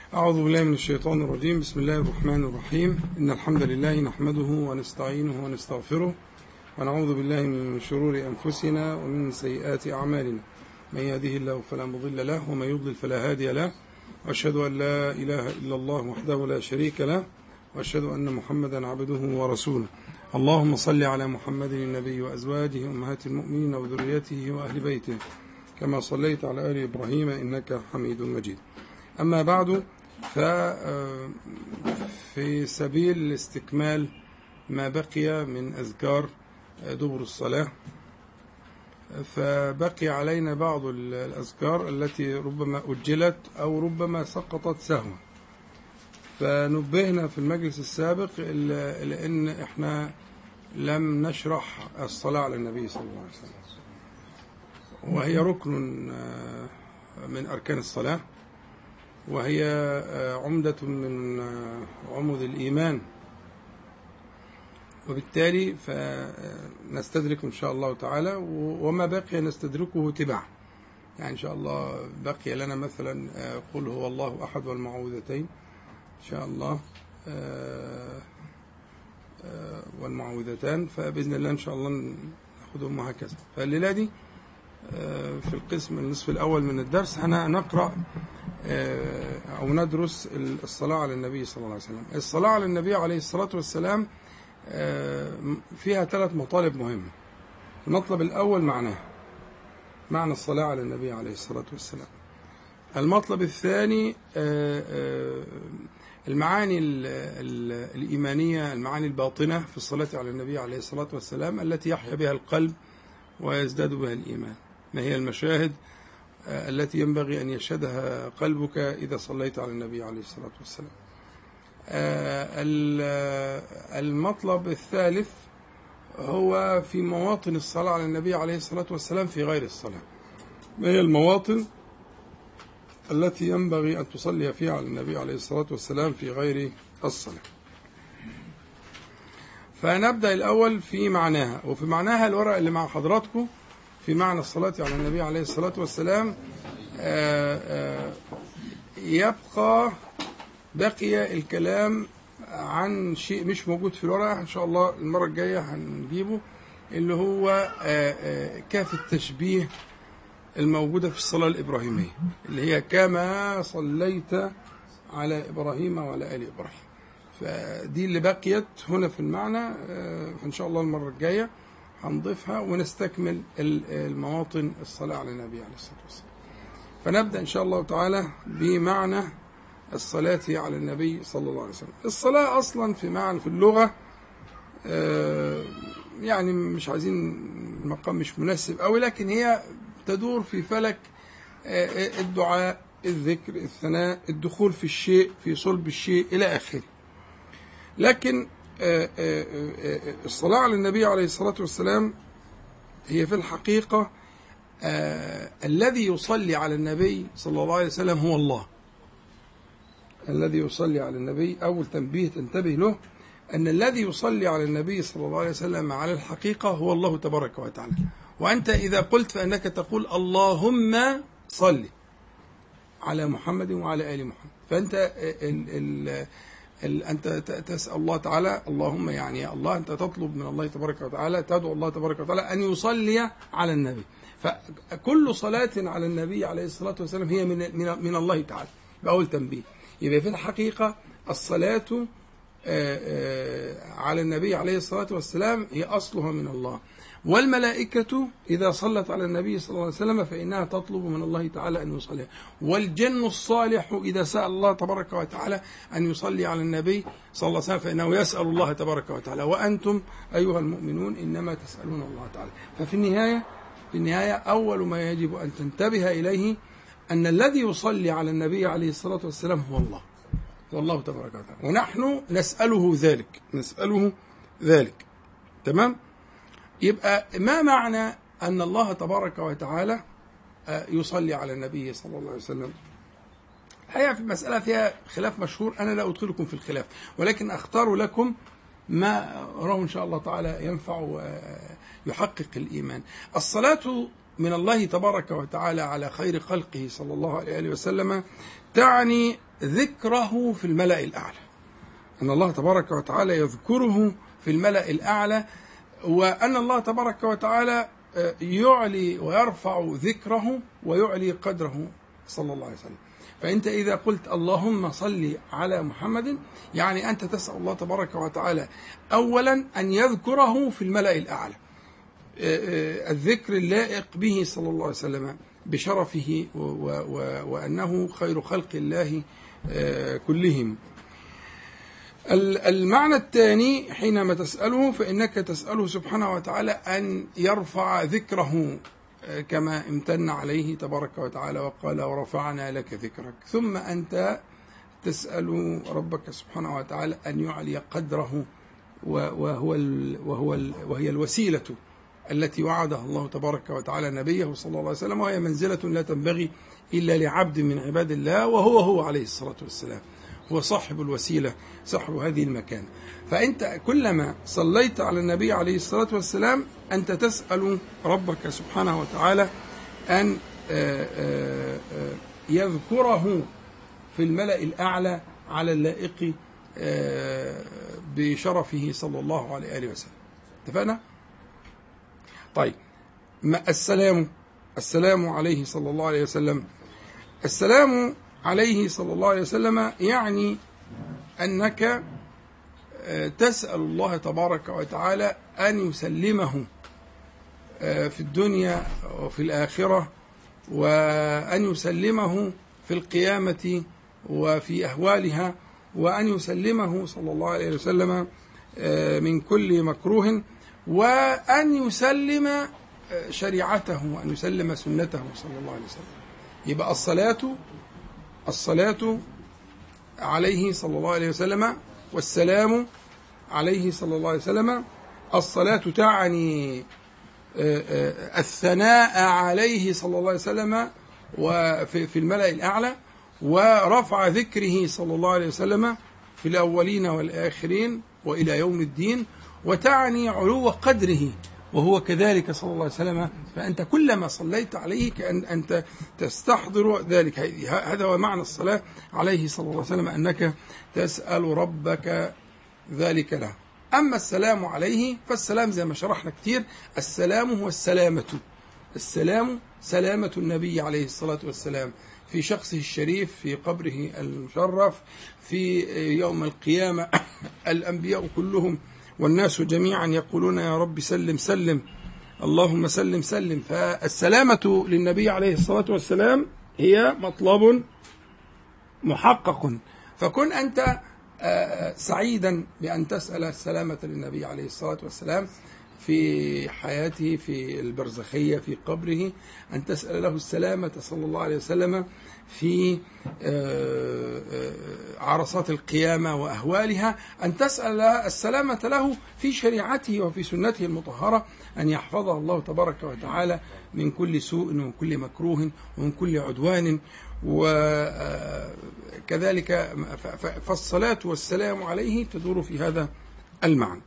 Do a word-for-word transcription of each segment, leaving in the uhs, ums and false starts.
أعوذ بالله من الشيطان الرجيم. بسم الله الرحمن الرحيم. إن الحمد لله نحمده ونستعينه ونستغفره ونعوذ بالله من شرور أنفسنا ومن سيئات أعمالنا. من يهده الله فلا مضل له ومن يضلل فلا هادي له، وأشهد أن لا إله إلا الله وحده لا شريك له، وأشهد أن محمدا عبده ورسوله. اللهم صل على محمد النبي وأزواجه أمهات المؤمنين وذريته وأهل بيته كما صليت على آل إبراهيم إنك حميد مجيد. أما بعد، ففي سبيل استكمال ما بقي من أذكار دبر الصلاة، فبقي علينا بعض الأذكار التي ربما أجلت أو ربما سقطت سهوا، فنبهنا في المجلس السابق لأن إحنا لم نشرح الصلاة على النبي صلى الله عليه وسلم، وهي ركن من أركان الصلاة، وهي عمدة من عمود الإيمان، وبالتالي فنستدرك إن شاء الله تعالى، وما بقي نستدركه تبعا. يعني إن شاء الله بقي لنا مثلا قل هو الله أحد والمعوذتين إن شاء الله والمعوذتان، فبإذن الله إن شاء الله نأخذهم وهكذا. فالليلة دي في القسم النصف الأول من الدرس هنقرأ أو ندرس الصلاة على النبي صلى الله عليه وسلم. الصلاة على النبي عليه الصلاة والسلام فيها ثلاث مطالب مهمة. المطلب الأول معناه معنى الصلاة على النبي عليه الصلاة والسلام. المطلب الثاني المعاني الإيمانية، المعاني الباطنة في الصلاة على النبي عليه الصلاة والسلام التي يحيا بها القلب ويزداد بها الإيمان. ما هي المشاهد التي ينبغي أن يشهدها قلبك إذا صليت على النبي عليه الصلاة والسلام. المطلب الثالث هو في مواطن الصلاة على النبي عليه الصلاة والسلام في غير الصلاة. ما هي المواطن التي ينبغي أن تصلي فيها على النبي عليه الصلاة والسلام في غير الصلاة؟ فنبدأ الأول في معناها. وفي معناها الورق اللي مع حضراتكم في معنى الصلاة على النبي عليه الصلاة والسلام يبقى بقي الكلام عن شيء مش موجود في الورقة، إن شاء الله المرة الجاية هنجيبه، اللي هو كاف التشبيه الموجودة في الصلاة الإبراهيمية، اللي هي كما صليت على إبراهيم وعلى آل إبراهيم. فدي اللي بقيت هنا في المعنى، فإن شاء الله المرة الجاية هنضيفها ونستكمل المواطن الصلاة على النبي عليه الصلاة والسلام. فنبدأ إن شاء الله تعالى بمعنى الصلاة على النبي صلى الله عليه وسلم. الصلاة أصلا في معنى في اللغة يعني مش عايزين المقام مش مناسب أوي، لكن هي تدور في فلك الدعاء، الذكر، الثناء، الدخول في الشيء، في صلب الشيء إلى آخره. لكن الصلاة على النبي عليه الصلاة والسلام هي في الحقيقة الذي يصلي على النبي صلى الله عليه وسلم هو الله. الذي يصلي على النبي، أول تنبيه تنتبه له، أن الذي يصلي على النبي صلى الله عليه وسلم على الحقيقة هو الله تبارك وتعالى. وأنت إذا قلت فإنك تقول اللهم صل على محمد وعلى آل محمد، فأنت ال ال ال أنت تسأل الله تعالى، اللهم يعني يا الله، أنت تطلب من الله تبارك وتعالى، تدعو الله تبارك وتعالى أن يصلي على النبي. فكل صلاة على النبي عليه الصلاة والسلام هي من من, من الله تعالى. بأول تنبيه، يبقى في الحقيقة الصلاة على النبي عليه الصلاة والسلام هي أصلها من الله. والملائكة إذا صلت على النبي صلى الله عليه وسلم فإنها تطلب من الله تعالى أن يصلي. والجن الصالح إذا سأل الله تبارك وتعالى أن يصلي على النبي صلى الله عليه وسلم فإنه يسأل الله تبارك وتعالى. وأنتم أيها المؤمنون إنما تسألون الله تعالى. ففي النهاية في النهاية أول ما يجب أن تنتبه إليه أن الذي يصلي على النبي عليه الصلاة والسلام هو الله، هو الله تبارك وتعالى، ونحن نسأله ذلك نسأله ذلك تمام؟ يبقى ما معنى أن الله تبارك وتعالى يصلي على النبي صلى الله عليه وسلم؟ هي في مسألة فيها خلاف مشهور، أنا لا أدخلكم في الخلاف، ولكن أختار لكم ما أراه إن شاء الله تعالى ينفع ويحقق الإيمان. الصلاة من الله تبارك وتعالى على خير خلقه صلى الله عليه وسلم تعني ذكره في الملأ الأعلى، أن الله تبارك وتعالى يذكره في الملأ الأعلى، وأن الله تبارك وتعالى يعلي ويرفع ذكره ويعلي قدره صلى الله عليه وسلم. فأنت إذا قلت اللهم صل على محمد، يعني أنت تسأل الله تبارك وتعالى أولا أن يذكره في الملأ الأعلى، الذكر اللائق به صلى الله عليه وسلم بشرفه وأنه خير خلق الله كلهم. المعنى الثاني حينما تسأله فإنك تسأله سبحانه وتعالى أن يرفع ذكره كما امتن عليه تبارك وتعالى وقال ورفعنا لك ذكرك. ثم أنت تسأل ربك سبحانه وتعالى أن يعلي قدره، وهو وهو وهي الوسيلة التي وعدها الله تبارك وتعالى نبيه صلى الله عليه وسلم، وهي منزلة لا تنبغي إلا لعبد من عباد الله، وهو هو عليه الصلاة والسلام، هو صاحب الوسيلة، صاحب هذه المكان. فأنت كلما صليت على النبي عليه الصلاة والسلام أنت تسأل ربك سبحانه وتعالى أن يذكره في الملأ الأعلى على اللائق بشرفه صلى الله عليه وسلم. اتفقنا؟ طيب، السلام السلام عليه صلى الله عليه وسلم. السلام عليه صلى الله عليه وسلم يعني أنك تسأل الله تبارك وتعالى أن يسلمه في الدنيا وفي الآخرة، وأن يسلمه في القيامة وفي أهوالها، وأن يسلمه صلى الله عليه وسلم من كل مكروه، وأن يسلم شريعته وأن يسلم سنته صلى الله عليه وسلم. يبقى الصلاة الصلاة عليه صلى الله عليه وسلم والسلام عليه صلى الله عليه وسلم. الصلاة تعني الثناء عليه صلى الله عليه وسلم وفي الملأ الأعلى، ورفع ذكره صلى الله عليه وسلم في الأولين والآخرين وإلى يوم الدين، وتعني علو قدره وهو كذلك صلى الله عليه وسلم. فأنت كلما صليت عليه كأن أنت تستحضر ذلك. هذا هو معنى الصلاة عليه صلى الله عليه وسلم، أنك تسأل ربك ذلك له. أما السلام عليه فالسلام زي ما شرحنا كتير، السلام هو السلامة، السلام سلامة النبي عليه الصلاة والسلام في شخصه الشريف، في قبره المشرف، في يوم القيامة الأنبياء كلهم والناس جميعا يقولون يا رب سلم سلم، اللهم سلم سلم. فالسلامة للنبي عليه الصلاة والسلام هي مطلب محقق، فكن أنت سعيدا بأن تسأل السلامة للنبي عليه الصلاة والسلام في حياته في البرزخية في قبره، أن تسأل له السلامة صلى الله عليه وسلم في عرصات القيامة وأهوالها، أن تسأل السلامة له في شريعته وفي سنته المطهرة، أن يحفظها الله تبارك وتعالى من كل سوء ومن كل مكروه ومن كل عدوان. وكذلك فالصلاة والسلام عليه تدور في هذا المعنى.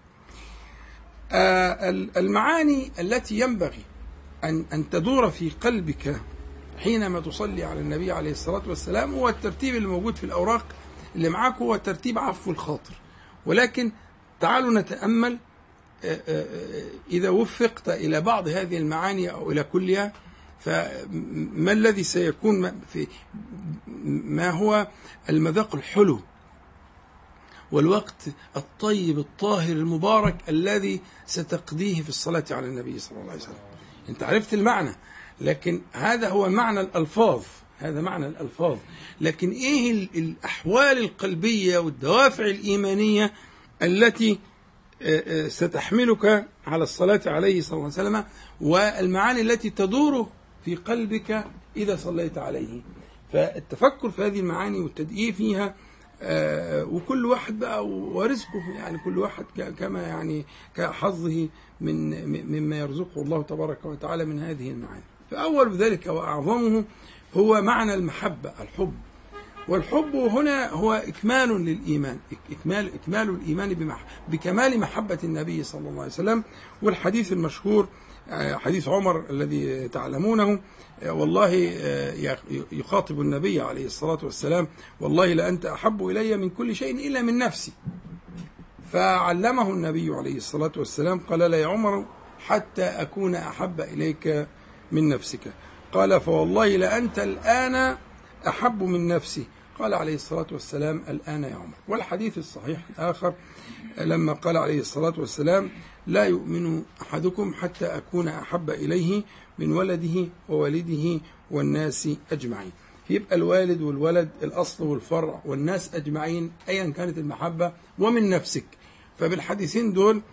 المعاني التي ينبغي أن أن تدور في قلبك حينما تصلي على النبي عليه الصلاة والسلام هو الترتيب اللي موجود في الأوراق اللي معاك، هو ترتيب عفو الخاطر. ولكن تعالوا نتأمل إذا وفقت إلى بعض هذه المعاني أو إلى كلها، فما الذي سيكون في ما هو المذاق الحلو والوقت الطيب الطاهر المبارك الذي ستقضيه في الصلاة على النبي صلى الله عليه وسلم. انت عرفت المعنى، لكن هذا هو معنى الألفاظ، هذا معنى الألفاظ. لكن ايه الأحوال القلبية والدوافع الإيمانية التي ستحملك على الصلاة عليه صلى الله عليه وسلم، والمعاني التي تدور في قلبك إذا صليت عليه. فالتفكر في هذه المعاني والتدقيق فيها، آه وكل واحد بقى ورزقه، يعني كل واحد كما يعني كحظه من مما يرزقه الله تبارك وتعالى من هذه المعاني. فأول ذلك وأعظمه هو معنى المحبة، الحب. والحب هنا هو إكمال للإيمان، إكمال إكمال الإيمان بكمال محبة النبي صلى الله عليه وسلم. والحديث المشهور حديث عمر الذي تعلمونه، والله يخاطب النبي عليه الصلاة والسلام: والله لأنت أحب إلي من كل شيء إلا من نفسي. فعلمه النبي عليه الصلاة والسلام قال: لا يا عمر حتى أكون أحب إليك من نفسك. قال: فوالله لأنت الآن أحب من نفسي. قال عليه الصلاة والسلام: الآن يا عمر. والحديث الصحيح الآخر لما قال عليه الصلاة والسلام: لا يؤمن أحدكم حتى أكون أحب إليه من ولده ووالده والناس أجمعين. يبقى الوالد والولد الأصل والفرع والناس أجمعين أيا كانت المحبة، ومن نفسك. فبالحديثين دول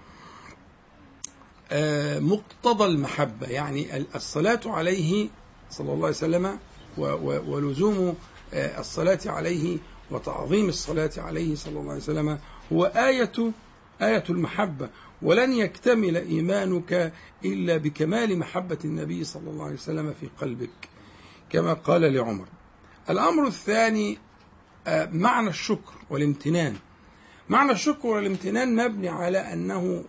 مقتضى المحبة، يعني الصلاة عليه صلى الله عليه وسلم ولزوم الصلاة عليه وتعظيم الصلاة عليه صلى الله عليه وسلم هو آية آية المحبة. ولن يكتمل إيمانك إلا بكمال محبة النبي صلى الله عليه وسلم في قلبك، كما قال لعمر. الأمر الثاني معنى الشكر والامتنان. معنى الشكر والامتنان مبني على أنه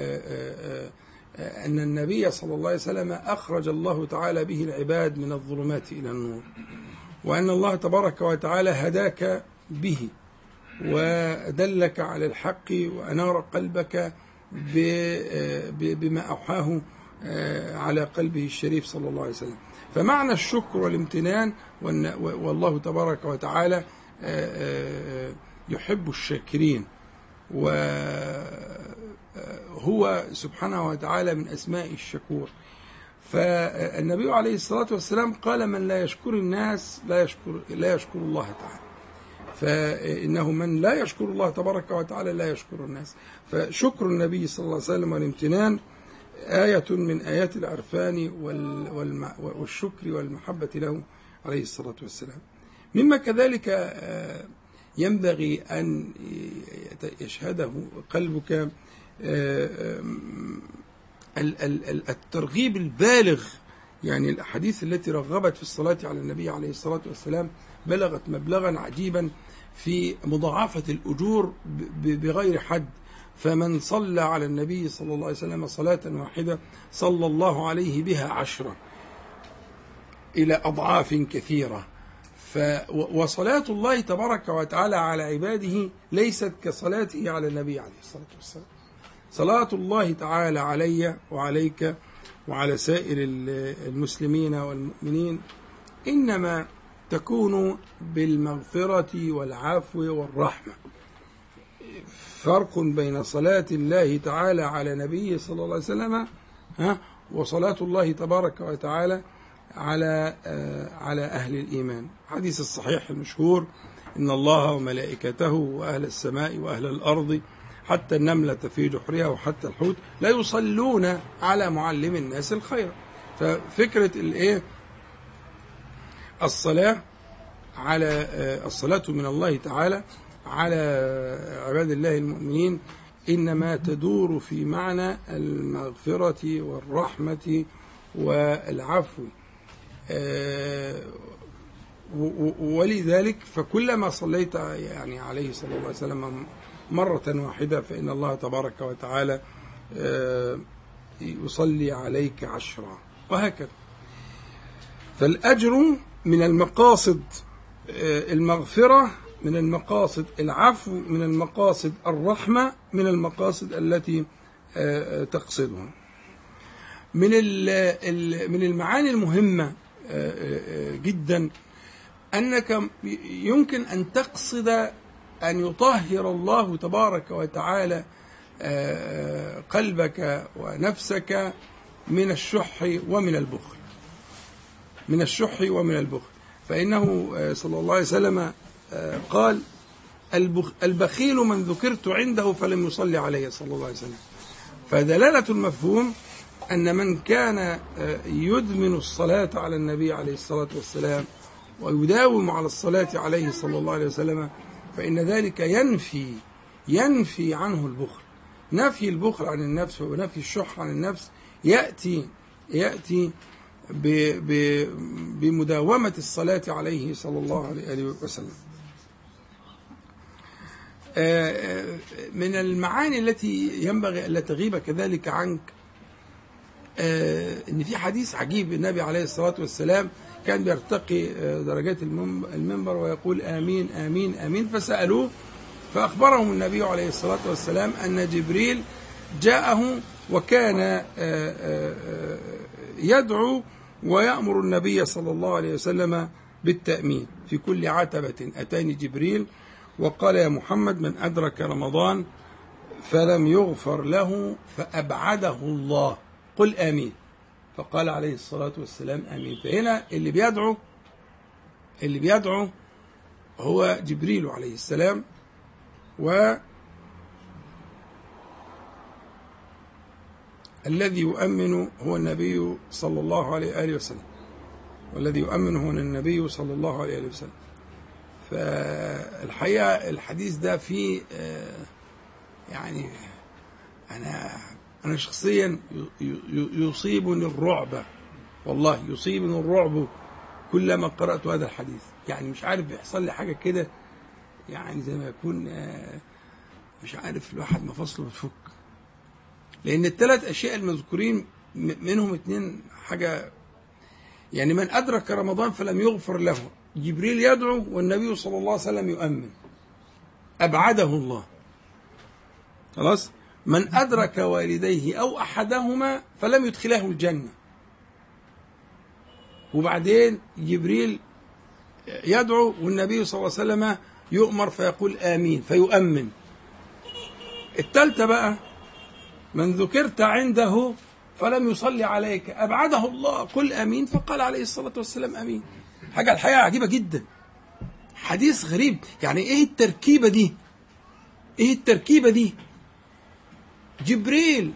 أن النبي صلى الله عليه وسلم أخرج الله تعالى به العباد من الظلمات إلى النور، وأن الله تبارك وتعالى هداك به ودلك على الحق وأنار قلبك بما أوحاه على قلبه الشريف صلى الله عليه وسلم. فمعنى الشكر والامتنان، والله تبارك وتعالى يحب الشاكرين، وهو سبحانه وتعالى من أسماء الشكور. فالنبي عليه الصلاة والسلام قال: من لا يشكر الناس لا يشكر, لا يشكر الله تعالى. فإنه من لا يشكر الله تبارك وتعالى لا يشكر الناس. فشكر النبي صلى الله عليه وسلم والامتنان آية من آيات العرفان والشكر والمحبة له عليه الصلاة والسلام. مما كذلك ينبغي أن يشهده قلبك الترغيب البالغ، يعني الأحاديث التي رغبت في الصلاة على النبي عليه الصلاة والسلام بلغت مبلغا عجيبا في مضاعفة الأجور بغير حد. فمن صلى على النبي صلى الله عليه وسلم صلاة واحدة صلى الله عليه بها عشرة إلى أضعاف كثيرة. ف وصلاة الله تبارك وتعالى على عباده ليست كصلاته على النبي عليه الصلاة والسلام. صلاة الله تعالى علي وعليك وعلى سائر المسلمين والمؤمنين إنما تكون بالمغفرة والعفو والرحمة. فرق بين صلاة الله تعالى على نبيه صلى الله عليه وسلم ها وصلاة الله تبارك وتعالى على على أهل الإيمان. حديث الصحيح المشهور: إن الله وملائكته وأهل السماء وأهل الأرض حتى النملة في جحرها وحتى الحوت لا يصلون على معلم الناس الخير. ففكرة الإيه الصلاة على الصلاة من الله تعالى على عباد الله المؤمنين إنما تدور في معنى المغفرة والرحمة والعفو. ولذلك فكلما صليت يعني عليه صلى الله عليه وسلم مرة واحدة فإن الله تبارك وتعالى يصلي عليك عشرا، وهكذا. فالأجر من المقاصد المغفرة، من المقاصد العفو، من المقاصد الرحمة، من المقاصد التي تقصدها. من من المعاني المهمة جدا أنك يمكن أن تقصد أن يطهر الله تبارك وتعالى قلبك ونفسك من الشح ومن البخل، من الشح ومن البخل. فإنه صلى الله عليه وسلم قال: البخيل من ذكرت عنده فلم يصلي عليه صلى الله عليه وسلم. فدلالة المفهوم أن من كان يدمن الصلاة على النبي عليه الصلاة والسلام ويداوم على الصلاة عليه صلى الله عليه وسلم فإن ذلك ينفي ينفي عنه البخل. نفي البخل عن النفس ونفي الشح عن النفس يأتي يأتي بمداومة الصلاة عليه صلى الله عليه وسلم. من المعاني التي ينبغي ألا تغيب كذلك عنك آه ان في حديث عجيب، النبي عليه الصلاة والسلام كان بيرتقي آه درجات المنبر ويقول آمين آمين آمين، فسألوه فأخبرهم النبي عليه الصلاة والسلام أن جبريل جاءه وكان آه آه يدعو ويأمر النبي صلى الله عليه وسلم بالتأمين في كل عتبة. أتاني جبريل وقال يا محمد من أدرك رمضان فلم يغفر له فأبعده الله قل آمين. فقال عليه الصلاة والسلام آمين. فهنا اللي بيدعو اللي بيدعو هو جبريل عليه السلام، و الذي يؤمن هو النبي صلى الله عليه وآله وسلم، والذي يؤمن هو النبي صلى الله عليه وآله وسلم. فالحقيقة الحديث ده فيه يعني أنا أنا شخصيا يصيبني الرعب، والله يصيبني الرعب كلما قرأت هذا الحديث. يعني مش عارف بيحصل لي حاجة كده، يعني زي ما يكون مش عارف الواحد مفاصله بتفك، لأن الثلاث أشياء المذكورين منهم اثنين حاجة. يعني من أدرك رمضان فلم يغفر له، جبريل يدعو والنبي صلى الله عليه وسلم يؤمن، أبعده الله. خلاص. من أدرك والديه أو أحدهما فلم يدخله الجنة، وبعدين جبريل يدعو والنبي صلى الله عليه وسلم يؤمر فيقول آمين فيؤمن. الثالثة بقى من ذكرت عنده فلم يصلي عليك أبعده الله قل آمين فقال عليه الصلاة والسلام آمين. حاجة الحقيقة عجيبة جدا، حديث غريب. يعني إيه التركيبة دي؟ إيه التركيبة دي؟ جبريل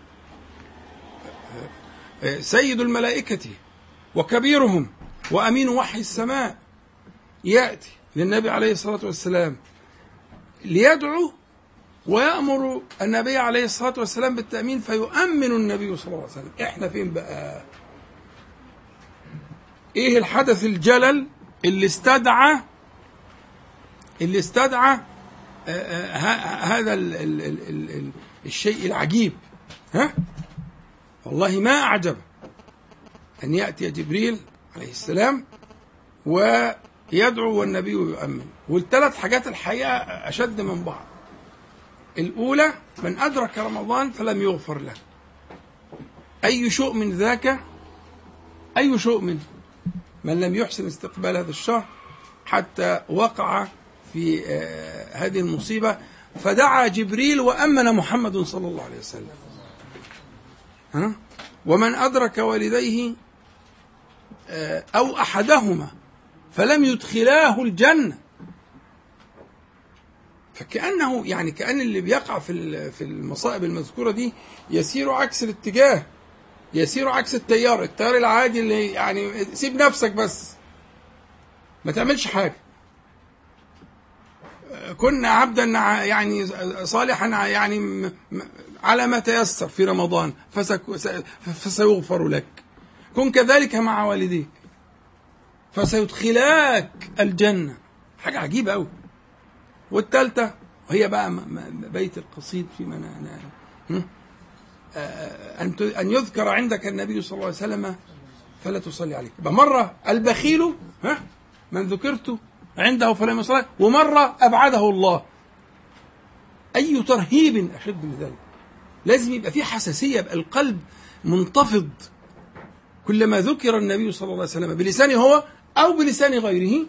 سيد الملائكة وكبيرهم وأمين وحي السماء يأتي للنبي عليه الصلاة والسلام ليدعو ويأمر النبي عليه الصلاة والسلام بالتأمين فيؤمن النبي صلى الله عليه وسلم. احنا فين بقى؟ ايه الحدث الجلل اللي استدعى اللي استدعى هذا ال ال ال ال ال الشيء العجيب؟ ها والله ما أعجب أن يأتي جبريل عليه السلام ويدعو والنبي يؤمن. والثلاث حاجات الحقيقة أشد من بعض. الأولى من أدرك رمضان فلم يغفر له، أي شيء من ذاك، أي شيء من من لم يحسن استقبال هذا الشهر حتى وقع في هذه المصيبة فدعا جبريل وأمن محمد صلى الله عليه وسلم. ها؟ ومن أدرك والديه أو أحدهما فلم يدخلاه الجنة. فكأنه يعني كأن اللي بيقع في في المصائب المذكورة دي يسير عكس الاتجاه، يسير عكس التيار، التيار العادي اللي يعني سيب نفسك بس ما تعملش حاجة، كنا عبدا يعني صالحا يعني على ما تيسر في رمضان فسيغفر لك، كن كذلك مع والديك فسيدخلاك الجنة. حاجة عجيبة أوي. والثالثة وهي بقى بيت القصيد في من أن يذكر عندك النبي صلى الله عليه وسلم فلا تصلي عليه. مرة البخيل ها من ذكرت عنده فلم يصلي، ومرة أبعده الله. أي ترهيب أشد من ذلك. لازم يبقى فيه حساسية، يبقى القلب منتفض كلما ذكر النبي صلى الله عليه وسلم بلسانه هو أو بلسان غيره،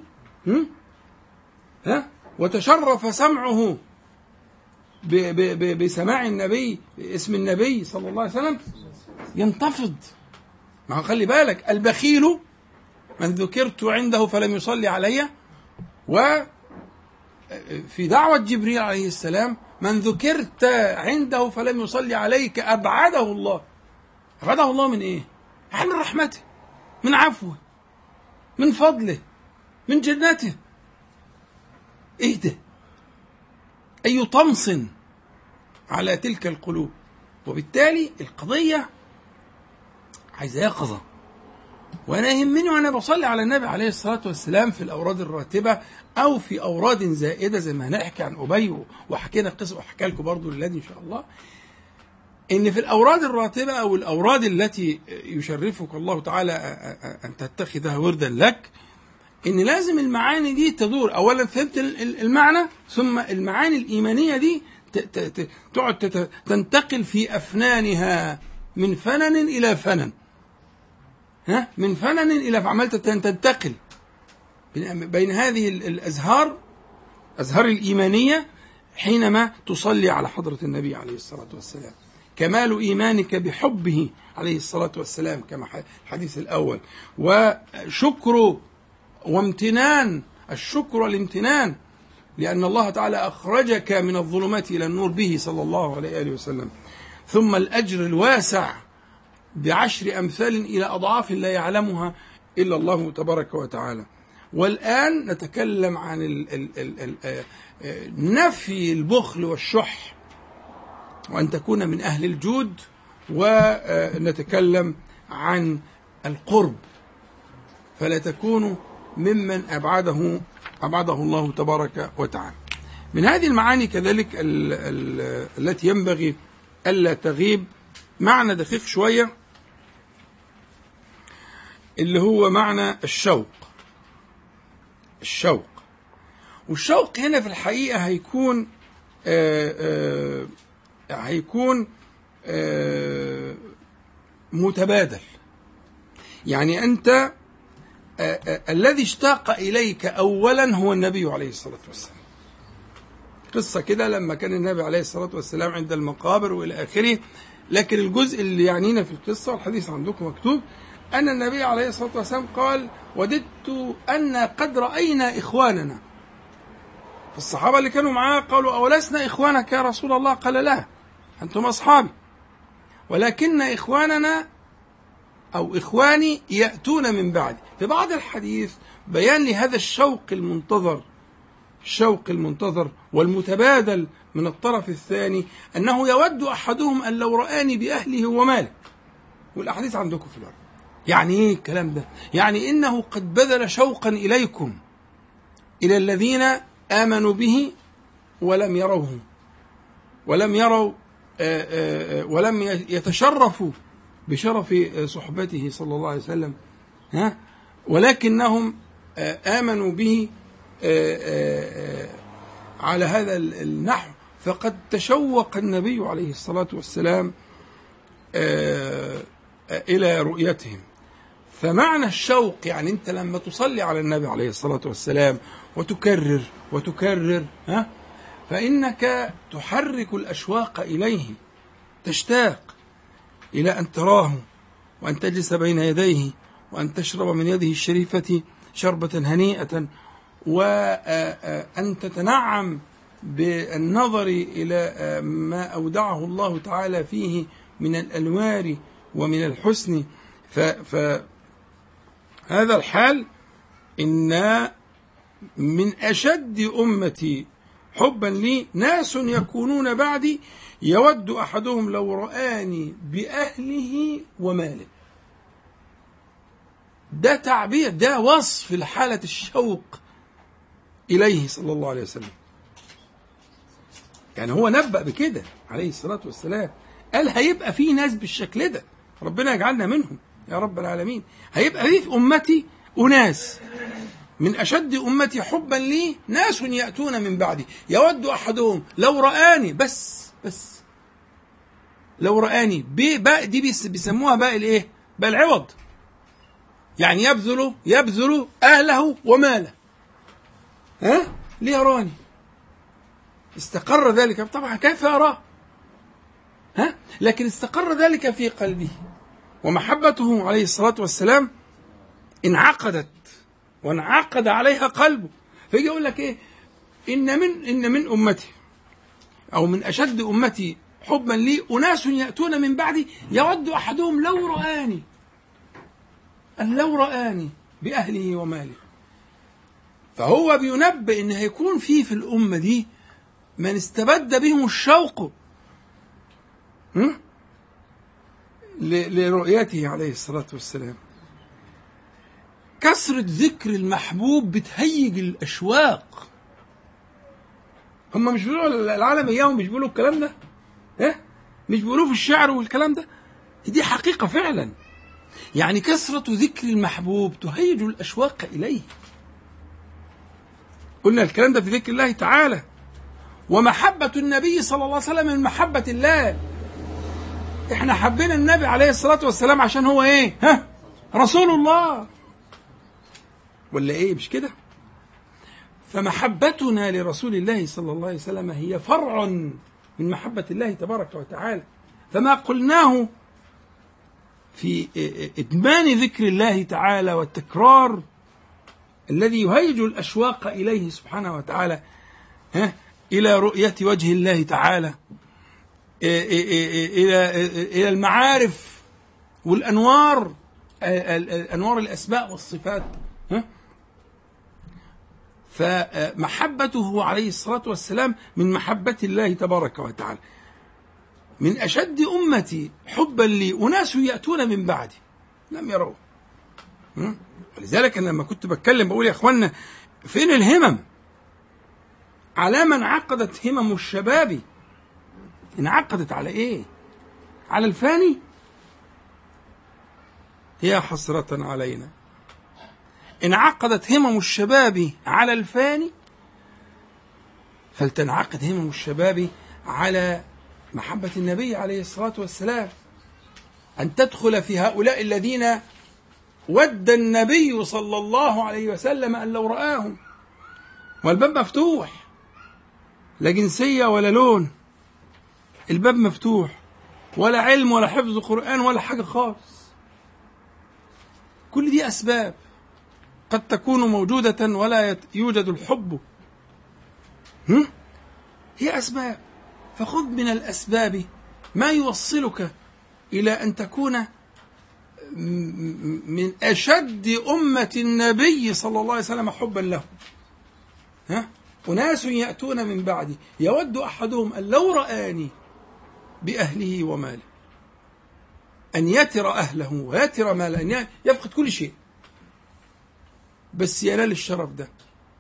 ها وتشرف سمعه ب ب ب بسماع النبي، اسم النبي صلى الله عليه وسلم، ينتفض. ما هو خلي بالك، البخيل من ذكرت عنده فلم يصلي علي، وفي دعوة جبريل عليه السلام من ذكرت عنده فلم يصلي عليك أبعده الله. أبعده الله من إيه؟ من رحمته، من عفوه، من فضله، من جنته. إيه ده؟ أي طمس على تلك القلوب. وبالتالي القضية عايزة يقظة. وأنا يهمني وأنا بصلي على النبي عليه الصلاة والسلام في الأوراد الراتبة أو في أوراد زائدة زي ما هنحكي عن أبي وحكينا القصة وحكى لكم برضو للذي إن شاء الله، إن في الأوراد الراتبة أو الأوراد التي يشرفك الله تعالى أن تتخذها وردا لك، إن لازم المعاني دي تدور. أولا فهمت المعنى، ثم المعاني الإيمانية دي تقعد تنتقل في أفنانها من فنن إلى فنن، ها من فنن إلى عملت تنتقل بين هذه الأزهار، أزهار الإيمانية، حينما تصلي على حضرة النبي عليه الصلاة والسلام. كمال إيمانك بحبه عليه الصلاة والسلام كما الحديث الأول، وشكر وامتنان، الشكر والامتنان لأن الله تعالى أخرجك من الظلمات إلى النور به صلى الله عليه وسلم. ثم الأجر الواسع بعشر أمثال إلى أضعاف لا يعلمها إلا الله تبارك وتعالى. والآن نتكلم عن ال ال ال ال نفي البخل والشح، وأن تكون من أهل الجود، ونتكلم عن القرب فلا تكون ممن أبعده أبعده الله تبارك وتعالى. من هذه المعاني كذلك ال ال التي ينبغي ألا تغيب معنى دقيق شوية، اللي هو معنى الشوق. الشوق والشوق هنا في الحقيقة هيكون آآ آآ هيكون آآ متبادل. يعني أنت آآ آآ الذي اشتاق إليك أولا هو النبي عليه الصلاة والسلام. قصة كده لما كان النبي عليه الصلاة والسلام عند المقابر وإلى آخره، لكن الجزء اللي يعنينا في القصة والحديث عندكم مكتوب أن النبي عليه الصلاة والسلام قال: وددت أن قد رأينا إخواننا. فالصحابة اللي كانوا معاه قالوا: أولسنا إخوانك يا رسول الله؟ قال: لا، أنتم أصحابي، ولكن إخواننا أو إخواني يأتون من بعد. في بعض الحديث بيان لهذا الشوق المنتظر، الشوق المنتظر والمتبادل من الطرف الثاني، أنه يود أحدهم أن لو رآني بأهله وماله. والأحاديث عندكم في الورق. يعني إيه الكلام ده؟ يعني إنه قد بذل شوقا إليكم، إلى الذين آمنوا به ولم يروه، ولم يروا آآ آآ ولم يتشرفوا بشرف صحبته صلى الله عليه وسلم، ها، ولكنهم آمنوا به آآ آآ على هذا النحو. فقد تشوق النبي عليه الصلاة والسلام إلى رؤيتهم. فمعنى الشوق يعني أنت لما تصلي على النبي عليه الصلاة والسلام وتكرر وتكرر، ها، فإنك تحرك الأشواق إليه، تشتاق إلى أن تراه، وأن تجلس بين يديه، وأن تشرب من يده الشريفة شربة هنيئة، وأن تتنعم بالنظر إلى ما أودعه الله تعالى فيه من الأنوار ومن الحسن. فهذا الحال إن من أشد أمتي حبا لي ناس يكونون بعدي يود أحدهم لو رآني بأهله وماله. ده تعبير، ده وصف لحالة الشوق إليه صلى الله عليه وسلم. يعني هو نبأ بكده عليه الصلاة والسلام، قال هيبقى في ناس بالشكل ده، ربنا يجعلنا منهم يا رب العالمين. هيبقى في أمتي أناس من أشد أمتي حبا لي ناس يأتون من بعدي يود أحدهم لو رآني، بس بس لو رآني باء دي بيسموها باء الايه؟ باء العوض. يعني يبذل يبذل أهله وماله، ها، ليراني. استقر ذلك طبعا، كيف يراه؟ ها، لكن استقر ذلك في قلبه، ومحبته عليه الصلاة والسلام انعقدت وانعقد عليها قلبه. فيجي يقول لك ايه؟ ان من ان من امتي او من اشد امتي حبا لي اناس ياتون من بعدي يود احدهم لو رآني، ان لو رآني باهله وماله. فهو بينبئ ان هيكون في في الامه دي من استبد بهم الشوق لرؤيته عليه الصلاة والسلام. كثرة ذكر المحبوب بتهيج الأشواق. هم مش بيقولوا العالم إياهم، مش بيقولوا الكلام ده؟ إيه؟ مش بيقولوه في الشعر والكلام ده، دي حقيقة فعلا. يعني كثرة ذكر المحبوب تهيج الأشواق إليه. قلنا الكلام ده في ذكر الله تعالى. ومحبة النبي صلى الله عليه وسلم من محبة الله. احنا حبينا النبي عليه الصلاة والسلام عشان هو ايه؟ ها؟ رسول الله. ولا ايه مش كده؟ فمحبتنا لرسول الله صلى الله عليه وسلم هي فرع من محبة الله تبارك وتعالى. فما قلناه في إدمان ذكر الله تعالى والتكرار الذي يهيج الأشواق إليه سبحانه وتعالى، ها، إلى رؤية وجه الله تعالى، إلى إلى المعارف والأنوار، أنوار الأسماء والصفات، ها. فمحبته عليه الصلاة والسلام من محبة الله تبارك وتعالى. من أشد أمتي حبا لي أناس يأتون من بعدي لم يروا. ولذلك أنا لما كنت بتكلم بقول يا أخوانا فين الهمم؟ على من عقدت همم الشباب؟ انعقدت على إيه؟ على الفاني؟ يا حسرة علينا. انعقدت همم الشباب على الفاني، فلتنعقد همم الشباب على محبة النبي عليه الصلاة والسلام، أن تدخل في هؤلاء الذين ود النبي صلى الله عليه وسلم أن لو رآهم. والباب مفتوح، لا جنسية ولا لون، الباب مفتوح، ولا علم ولا حفظ قرآن ولا حاجة خالص. كل دي أسباب قد تكون موجودة ولا يوجد الحب، هم؟ هي أسباب. فخذ من الأسباب ما يوصلك إلى أن تكون من أشد أمة النبي صلى الله عليه وسلم حبا له. ها؟ أناس يأتون من بعدي يود أحدهم أن لو رآني بأهله وماله، أن يتر أهله ويتر ماله، أن يفقد كل شيء بس ينال الشرف ده.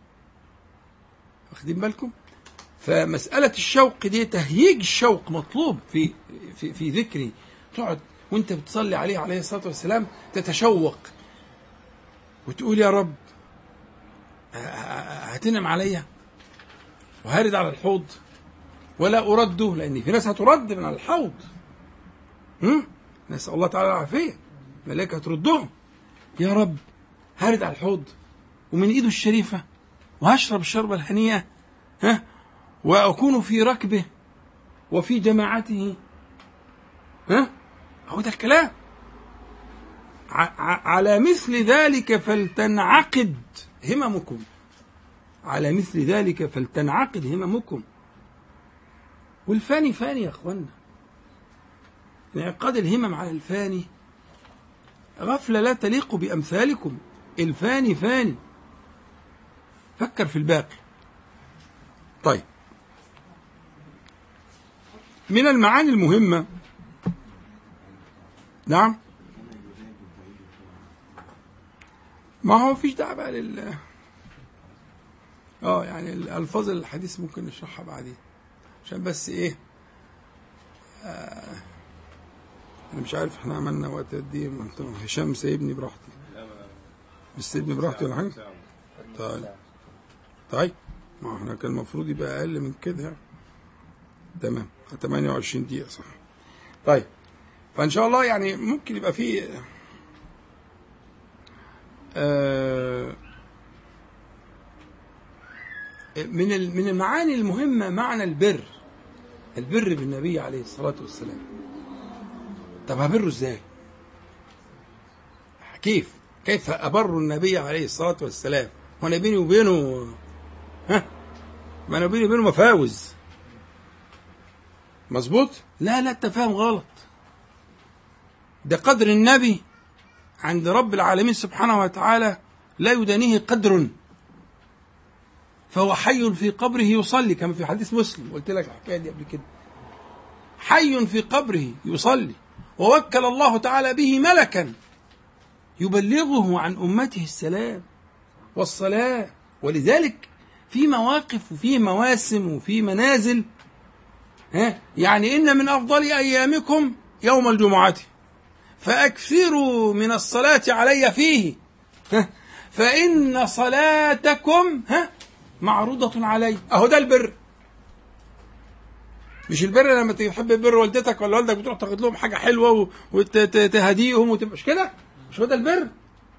واخدين بالكم؟ فمسألة الشوق دي تهييج الشوق مطلوب في في في ذكري. تقعد وانت بتصلي عليه عليه الصلاة والسلام تتشوق وتقول يا رب هتنم عليا وهارد على الحوض ولا أرده، لأن في ناس هترد من على الحوض، نسأل الله تعالى العافية، ملائكة هتردهم. يا رب هارد على الحوض ومن إيده الشريفة وهشرب الشربة الهنيئة، ها، وأكون في ركبه وفي جماعته. ها، هو ده الكلام. على مثل ذلك فلتنعقد هممكم، على مثل ذلك فلتنعقد هممكم. والفاني فاني يا أخوانا. انعقاد الهمم على الفاني غفلة لا تليق بأمثالكم. الفاني فاني، فكر في الباقي. طيب، من المعاني المهمة، نعم، ما هو فيش داعي بقى لل اه يعني الألفاظ الحديث ممكن نشرحها بعدين، عشان بس ايه، آه انا مش عارف احنا عملنا وقت قد ايه. هشام سايبني براحتي، مش سايبني براحتي ولا حاجه. طيب طيب ما احنا كان المفروض يبقى اقل من كده يعني. تمام، ثمانية وعشرين دقيقه صح. طيب، فان شاء الله يعني ممكن يبقى في آه من من المعاني المهمه معنى البر، البر بالنبي عليه الصلاه والسلام. طب هبره ازاي؟ كيف كيف أبر النبي عليه الصلاة والسلام وأنا بيني وبينه ها ما أنا بيني وبينه مفاوز؟ مظبوط؟ لا لا، التفاهم غلط. ده قدر النبي عند رب العالمين سبحانه وتعالى لا يدانيه قدر، فهو حي في قبره يصلي كما في حديث مسلم، قلت لك الحكاية دي قبل كده. حي في قبره يصلي، ووكل الله تعالى به ملكا يبلغه عن أمته السلام والصلاة. ولذلك في مواقف وفي مواسم وفي منازل ها يعني إن من أفضل أيامكم يوم الجمعة فأكثروا من الصلاة علي فيه ها فإن صلاتكم ها معروضة علي. أهو ده البر. مش البر لما تحب بر والدتك ولا والدك بتروح تاخد لهم حاجة حلوة وتهديهم وتبقى مش كده؟ مش هو ده البر؟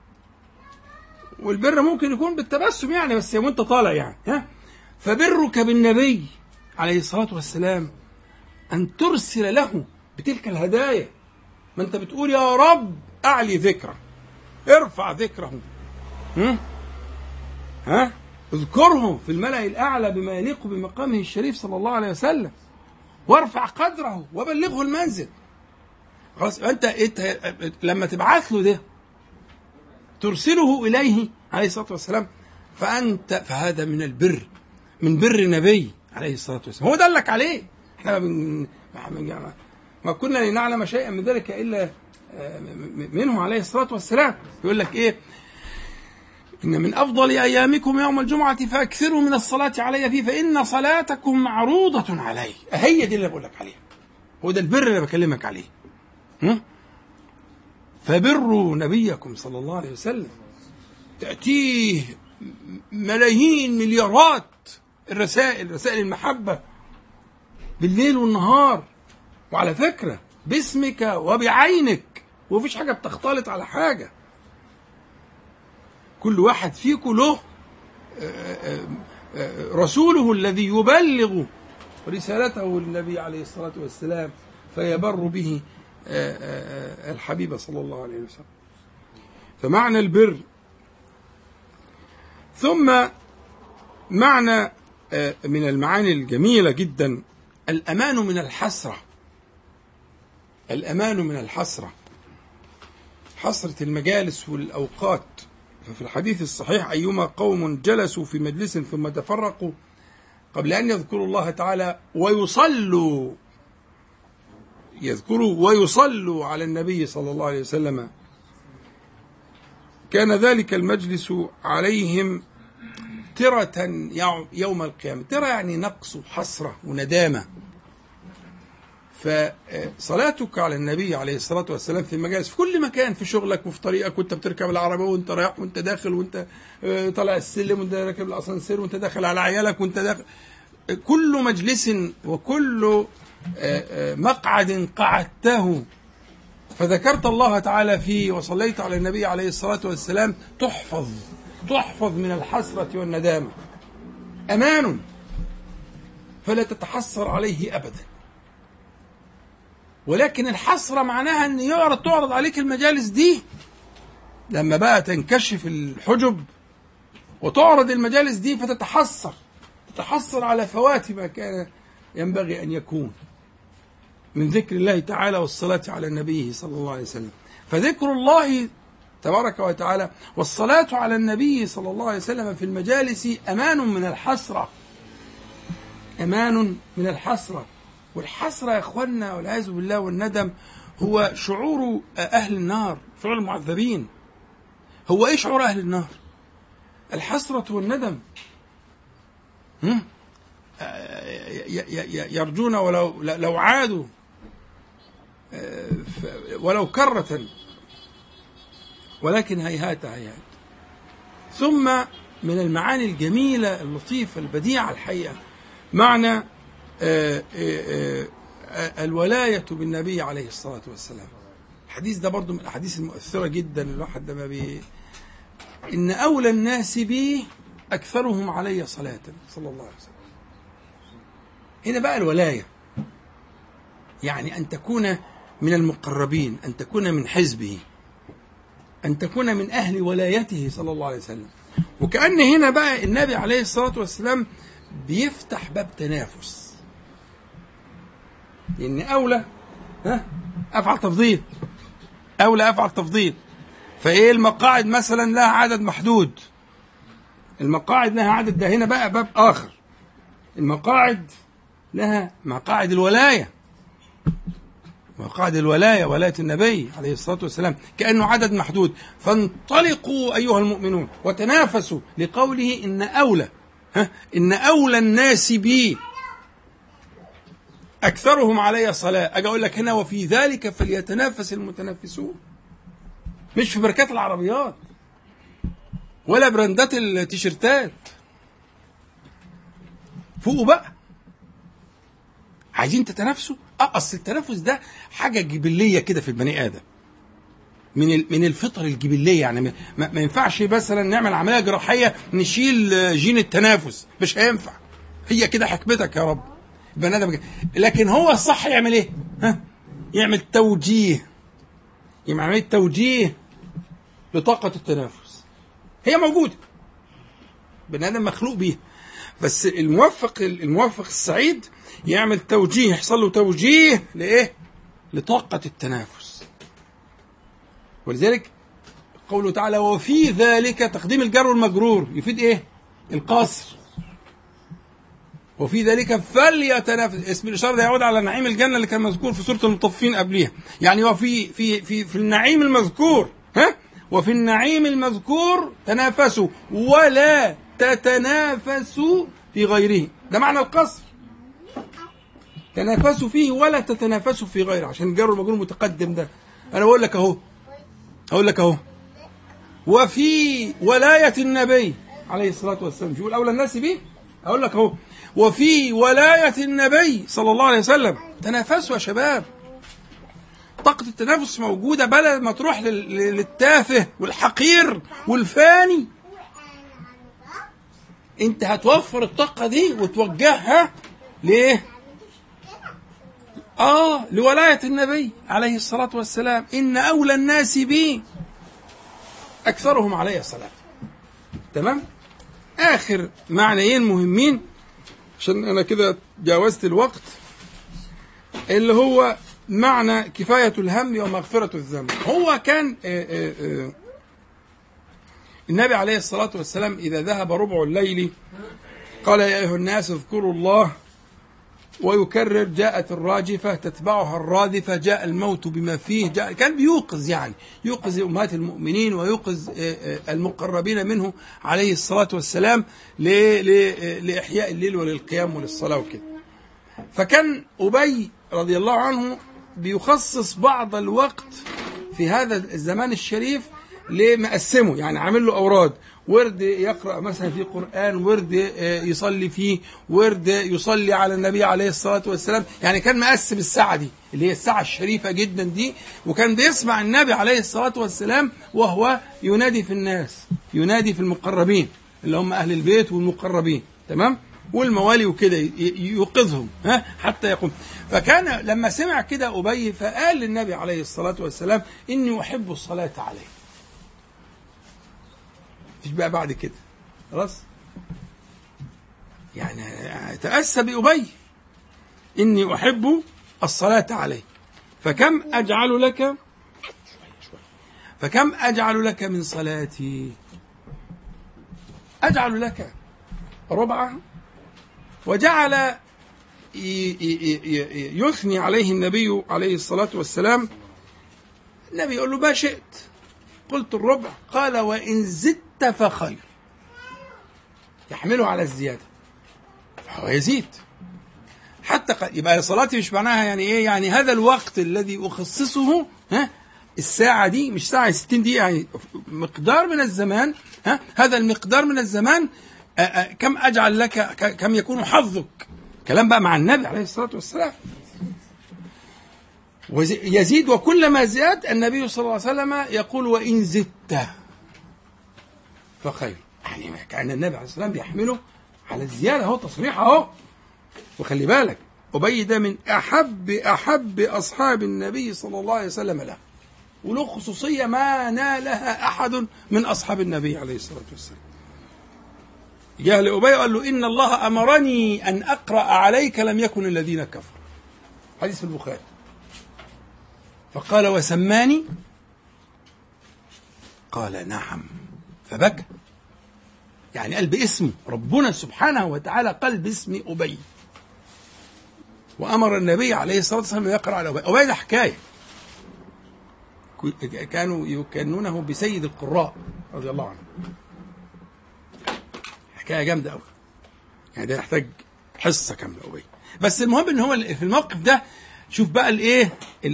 والبر ممكن يكون بالتبسم يعني بس وانت طالع يعني ها. فبرك بالنبي عليه الصلاة والسلام أن ترسل له بتلك الهدايا. ما أنت بتقول يا رب أعلي ذكره، ارفع ذكره، ها اذكره في الملأ الأعلى بما يليق بمقامه الشريف صلى الله عليه وسلم، وارفع قدره وبلغه المنزل. خلاص أنت, أنت لما تبعث له ده ترسله إليه عليه الصلاة والسلام فأنت فهذا من البر، من بر النبي عليه الصلاة والسلام. هو دلك عليه. احنا ما, ما كنا لنعلم شيئا من ذلك إلا منه عليه الصلاة والسلام. يقول لك إيه؟ إن من أفضل أيامكم يوم الجمعة فأكثروا من الصلاة علي فيه فإن صلاتكم معروضة علي. هي دي اللي بقول لك عليها، هو ده البر اللي بكلمك عليه. فبروا نبيكم صلى الله عليه وسلم تأتيه ملايين مليارات الرسائل، رسائل المحبة بالليل والنهار، وعلى فكرة باسمك وبعينك، ومفيش حاجة بتختلط على حاجة. كل واحد فيكم له رسوله الذي يبلغ رسالته للنبي عليه الصلاة والسلام فيبر به الحبيب صلى الله عليه وسلم. فمعنى البر. ثم معنى من المعاني الجميلة جدا الأمان من الحسرة. الأمان من الحسرة، حسرة المجالس والأوقات. ففي الحديث الصحيح أيما قوم جلسوا في مجلس ثم تفرقوا قبل أن يذكروا الله تعالى ويصلوا يذكروا ويصلوا على النبي صلى الله عليه وسلم كان ذلك المجلس عليهم ترة يوم القيامة. ترة يعني نقص وحسرة وندامة. فصلاتك على النبي عليه الصلاة والسلام في المجالس في كل مكان، في شغلك وفي طريقك وانت بتركب العربية وانت رايح وانت داخل وانت طالع السلم وانت راكب الأسانسير وانت داخل على عيالك وانت داخل، كل مجلس وكل مقعد قعدته فذكرت الله تعالى فيه وصليت على النبي عليه الصلاة والسلام تحفظ تحفظ من الحسرة والندامة. أمان فلا تتحسر عليه أبدا. ولكن الحسرة معناها أن يعرض تعرض عليك المجالس دي لما بقى تنكشف الحجب وتعرض المجالس دي فتتحسر تتحسر على فوات ما كان ينبغي أن يكون من ذكر الله تعالى والصلاة على النبي صلى الله عليه وسلم. فذكر الله تبارك وتعالى والصلاة على النبي صلى الله عليه وسلم في المجالس أمان من الحسرة. أمان من الحسرة. والحسرة يا أخوانا والعياذ بالله والندم هو شعور أهل النار، شعور المعذبين. هو إيه شعور أهل النار؟ الحسرة والندم. يرجون ولو لو عادوا ولو كرة، ولكن هيهات هيهات. ثم من المعاني الجميلة اللطيفة البديعة الحقيقة معنى الولاية بالنبي عليه الصلاة والسلام. الحديث ده برضو من الأحاديث المؤثرة جدا. الواحد لما بي إن أولى الناس بي أكثرهم علي صلاة صلى الله عليه وسلم. هنا بقى الولاية يعني أن تكون من المقربين، أن تكون من حزبه، أن تكون من أهل ولايته صلى الله عليه وسلم. وكأن هنا بقى النبي عليه الصلاة والسلام بيفتح باب تنافس، لأن أولى ها أفعل تفضيل، أولى أفعل تفضيل. فإيه المقاعد مثلا لها عدد محدود، المقاعد لها عدد، ده هنا بقى باب آخر. المقاعد لها مقاعد الولاية، مقاعد الولاية، ولاية النبي عليه الصلاة والسلام كأنه عدد محدود. فانطلقوا أيها المؤمنون وتنافسوا لقوله إن أولى ها إن أولى الناس بي أكثرهم علي صلاة. أجي أقول لك هنا وفي ذلك فليتنافس المتنافسون، مش في ماركات العربيات ولا براندات التيشيرتات. فوقوا بقى، عايزين تتنافسوا؟ اه اصل التنافس ده حاجه جبليه كده في البني ادم، من من الفطر الجبليه. يعني ما, ما ينفعش مثلا نعمل عمليه جراحيه نشيل جين التنافس، مش هينفع. هي كده حكمتك يا رب البني ادم كده. لكن هو الصح يعمل ايه؟ ها؟ يعمل توجيه، يعمل عمليه توجيه لطاقه التنافس. هي موجوده، بني ادم مخلوق بيها، بس الموفق الموفق السعيد يعمل توجيه، يحصل له توجيه لايه؟ لطاقه التنافس. ولذلك قوله تعالى وفي ذلك، تقديم الجر والمجرور يفيد ايه؟ القصر. وفي ذلك فليتنافس، اسم الاشاره ده يعود على نعيم الجنه اللي كان مذكور في سوره المطففين قبليها. يعني وفي في في في النعيم المذكور، ها؟ وفي النعيم المذكور تنافسوا ولا تتنافسوا في غيره، ده معنى القصر. تنافسوا فيه ولا تتنافسوا في غيره، عشان الجر والمجرور متقدم. ده انا بقول لك اهو، اقول لك اهو وفي ولايه النبي عليه الصلاه والسلام، شوف اولى الناس به، اقول لك اهو وفي ولايه النبي صلى الله عليه وسلم تنافسوا يا شباب. طاقه التنافس موجوده، بدل ما تروح للتافه والحقير والفاني، انت هتوفر الطاقه دي وتوجهها ليه؟ اه لولايه النبي عليه الصلاه والسلام. ان اولى الناس بي اكثرهم علي صلاه. تمام؟ اخر معنيين مهمين عشان انا كده جاوزت الوقت، اللي هو معنى كفايه الهم ومغفره الذنب. هو كان آآ آآ النبي عليه الصلاه والسلام اذا ذهب ربع الليل قال يا ايها الناس اذكروا الله، ويكرر جاءت الراجفة تتبعها الرادفة، جاء الموت بما فيه، جاء كان بيوقظ، يعني يوقظ أمهات المؤمنين ويوقظ المقربين منه عليه الصلاة والسلام لإحياء الليل وللقيام وللصلاة وكده. فكان أبي رضي الله عنه بيخصص بعض الوقت في هذا الزمان الشريف لمقسمه، يعني عامل له أوراد، ورد يقرأ مثلا في قرآن، ورد يصلي فيه، ورد يصلي على النبي عليه الصلاة والسلام. يعني كان مقسم الساعة دي اللي هي الساعة الشريفة جدا دي، وكان بيسمع النبي عليه الصلاة والسلام وهو ينادي في الناس، ينادي في المقربين اللي هم أهل البيت والمقربين، تمام؟ والموالي وكده يوقظهم ها حتى يقوم. فكان لما سمع كده أبي فقال للنبي عليه الصلاة والسلام إني أحب الصلاة عليه. مش بقى بعد كده خلاص، يعني تأسى بأبي إني أحب الصلاة عليه، فكم أجعل لك فكم أجعل لك من صلاتي؟ أجعل لك ربعا. وجعل يثني عليه النبي عليه الصلاة والسلام. النبي يقول له ما شئت، قلت الربع، قال وإن زدت فخير، يحمله على الزيادة فهو يزيد حتى ق... يبقى صلاتي مش معناها يعني ايه، يعني هذا الوقت الذي أخصصه، ها الساعة دي مش ساعة ستين دقيقة، يعني مقدار من الزمان، ها هذا المقدار من الزمان أ... أ... كم أجعل لك، ك... كم يكون حظك. كلام بقى مع النبي عليه الصلاة والسلام. ويزيد، وكلما زاد النبي صلى الله عليه وسلم يقول وإن زدت فخير، يعني كأن النبي عليه الصلاة والسلام بيحمله على الزيادة. اهو تصريح اهو. وخلي بالك أبي ده من أحب أحب أصحاب النبي صلى الله عليه وسلم له، وله خصوصية ما نالها أحد من أصحاب النبي عليه الصلاة والسلام. جاء لأبي قال له إن الله أمرني أن أقرأ عليك لم يكن الذين كفروا، حديث في البخاري. فقال وسماني؟ قال نعم، فبكى، يعني قال باسمه، ربنا سبحانه وتعالى قال باسم أبي، وأمر النبي عليه الصلاة والسلام أن يقرأ على أبي. أبي ده حكاية، كانوا يكنونه بسيد القراء رضي الله عنه، حكاية جامدة أوي، يعني ده يحتاج حصة كاملة أبي. بس المهم ان هو في الموقف ده شوف بقى الايه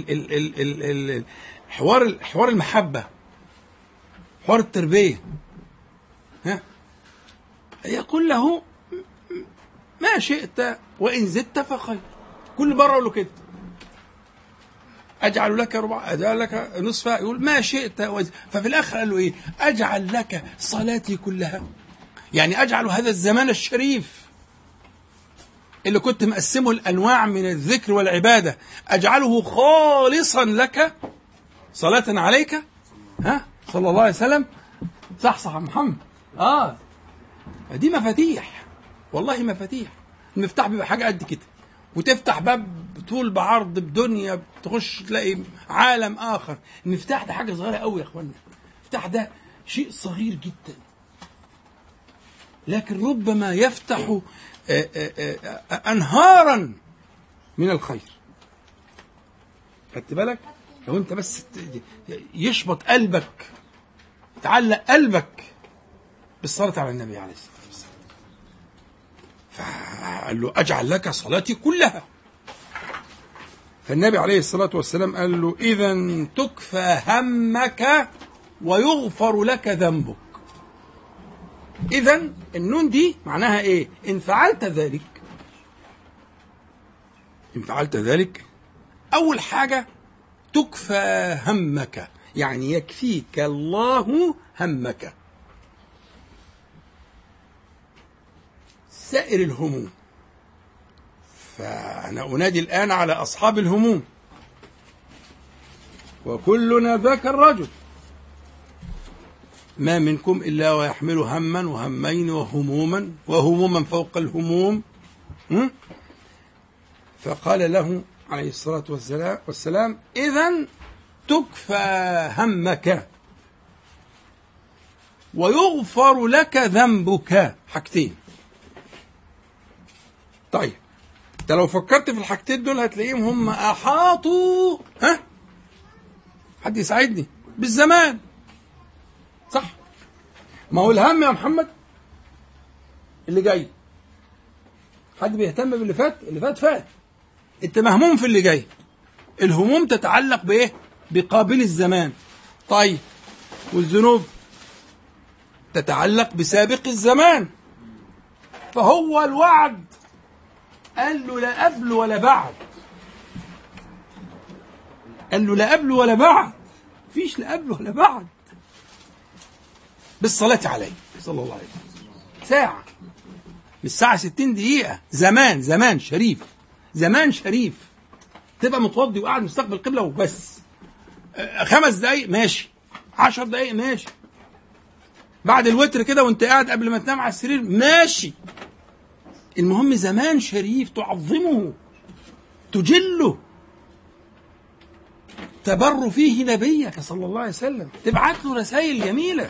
حوار حوار المحبه، حوار التربيه. ها يقول له ما شئت وان زدت فخير. كل مره اقول له كده اجعل لك ربع، اجعل لك نصفا، يقول ما شئت وز... ففي الاخر قال له ايه؟ اجعل لك صلاتي كلها، يعني اجعل هذا الزمان الشريف اللي كنت مقسمه الانواع من الذكر والعباده اجعله خالصا لك صلاه عليك، ها صلى الله عليه وسلم. صح صح محمد. اه دي مفاتيح والله، مفاتيح. المفتاح بيبقى حاجه قد كده، وتفتح باب طول بعرض بدنيا، تخش تلاقي عالم اخر. المفتاح ده حاجه صغيره قوي يا اخوانا، المفتاح ده شيء صغير جدا، لكن ربما يفتح انهارا من الخير. خدت بالك؟ لو انت بس يشبط قلبك، تعلق قلبك بالصلاه على النبي عليه الصلاه والسلام. فقال له اجعل لك صلاتي كلها. فالنبي عليه الصلاة والسلام قال له إذن تكفى همك ويغفر لك ذنبك. إذن النون دي معناها إيه؟ إن فعلت ذلك، إن فعلت ذلك أول حاجة تكفى همك، يعني يكفيك الله همك، سائر الهموم. فأنا أنادي الآن على أصحاب الهموم، وكلنا ذاك الرجل، ما منكم إلا ويحمل هما وهمين وهموما وهموما فوق الهموم. فقال له عليه الصلاة والسلام إذن تكفى همك ويغفر لك ذنبك. حاجتين. طيب انت لو فكرت في الحاجتين دول هتلاقيهم هم احاطوا، ها حد يساعدني، بالزمان. صح؟ ما هو الهم يا محمد اللي جاي. حد بيهتم باللي فات؟ اللي فات فات، انت مهموم في اللي جاي. الهموم تتعلق بايه؟ بقابل الزمان. طيب والذنوب تتعلق بسابق الزمان. فهو الوعد قال له لا قبل ولا بعد، قال له لا قبل ولا بعد، فيش لا قبل ولا بعد، بالصلاة عليه صلى الله عليه وسلم. ساعة، مش ساعة ستين دقيقة، زمان زمان شريف، زمان شريف. تبقى متوضي وقاعد مستقبل قبلة وبس، خمس دقايق ماشي، عشر دقايق ماشي، بعد الوتر كده وانت قاعد قبل ما تنام على السرير ماشي. المهم زمان شريف تعظمه تجله، تبر فيه نبيك صلى الله عليه وسلم، تبعت له رسائل جميلة.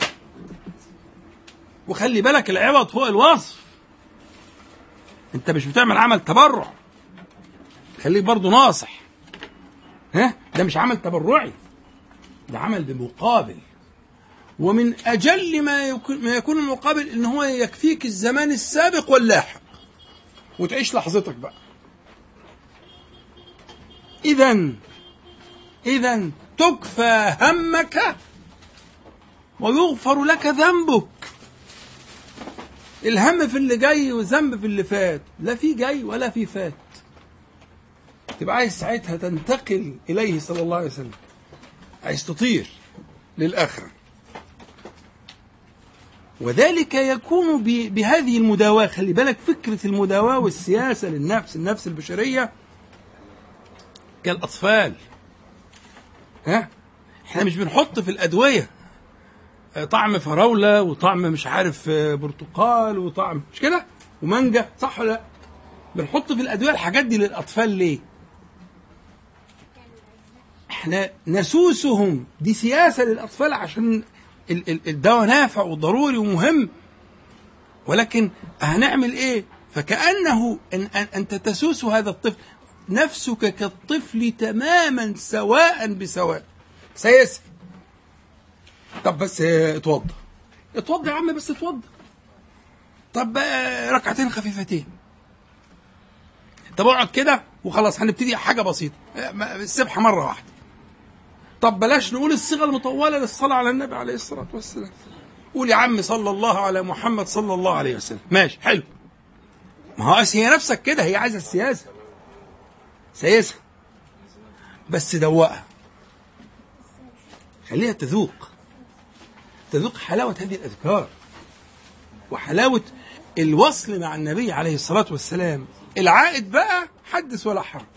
وخلي بالك العوض فوق الوصف، انت مش بتعمل عمل تبرع، خليك برضو ناصح. ها ده مش عمل تبرعي، ده عمل بمقابل. ومن أجل ما يكون, ما يكون المقابل إن هو يكفيك الزمان السابق واللاحق وتعيش لحظتك بقى. إذن إذن تكفى همك ويغفر لك ذنبك. الهم في اللي جاي والذنب في اللي فات، لا في جاي ولا في فات. تبقى عايز ساعتها تنتقل إليه صلى الله عليه وسلم، عايز تطير للآخرة. وذلك يكون بهذه المداواة. خلي بالك فكرة المداواة والسياسة للنفس، النفس البشرية كالأطفال. ها احنا مش بنحط في الأدوية طعم فراولة وطعم مش عارف برتقال وطعم مش كده ومانجا، صح ولا لا؟ بنحط في الأدوية الحاجات دي للأطفال ليه؟ احنا نسوسهم، دي سياسة للأطفال عشان الدواء نافع وضروري ومهم. ولكن هنعمل ايه؟ فكأنه أن أنت تسوس هذا الطفل، نفسك كالطفل تماما سواء بسواء، سياسي. طب بس اتوضى، اتوضى يا عم، بس اتوضى. طب ركعتين خفيفتين. طب اقعد كده وخلاص، هنبتدي حاجه بسيطه، السبحه مره واحده. طب بلاش نقول الصيغه المطوله للصلاه على النبي عليه الصلاه والسلام، قول يا عم صلى الله على محمد صلى الله عليه وسلم، ماشي حلو. ما هو هي نفسك كده، هي عايزه السياسه، سياسه بس دوقها، خليها تذوق تذوق حلاوه هذه الاذكار وحلاوه الوصل مع النبي عليه الصلاه والسلام. العائد بقى حدث ولا حرج.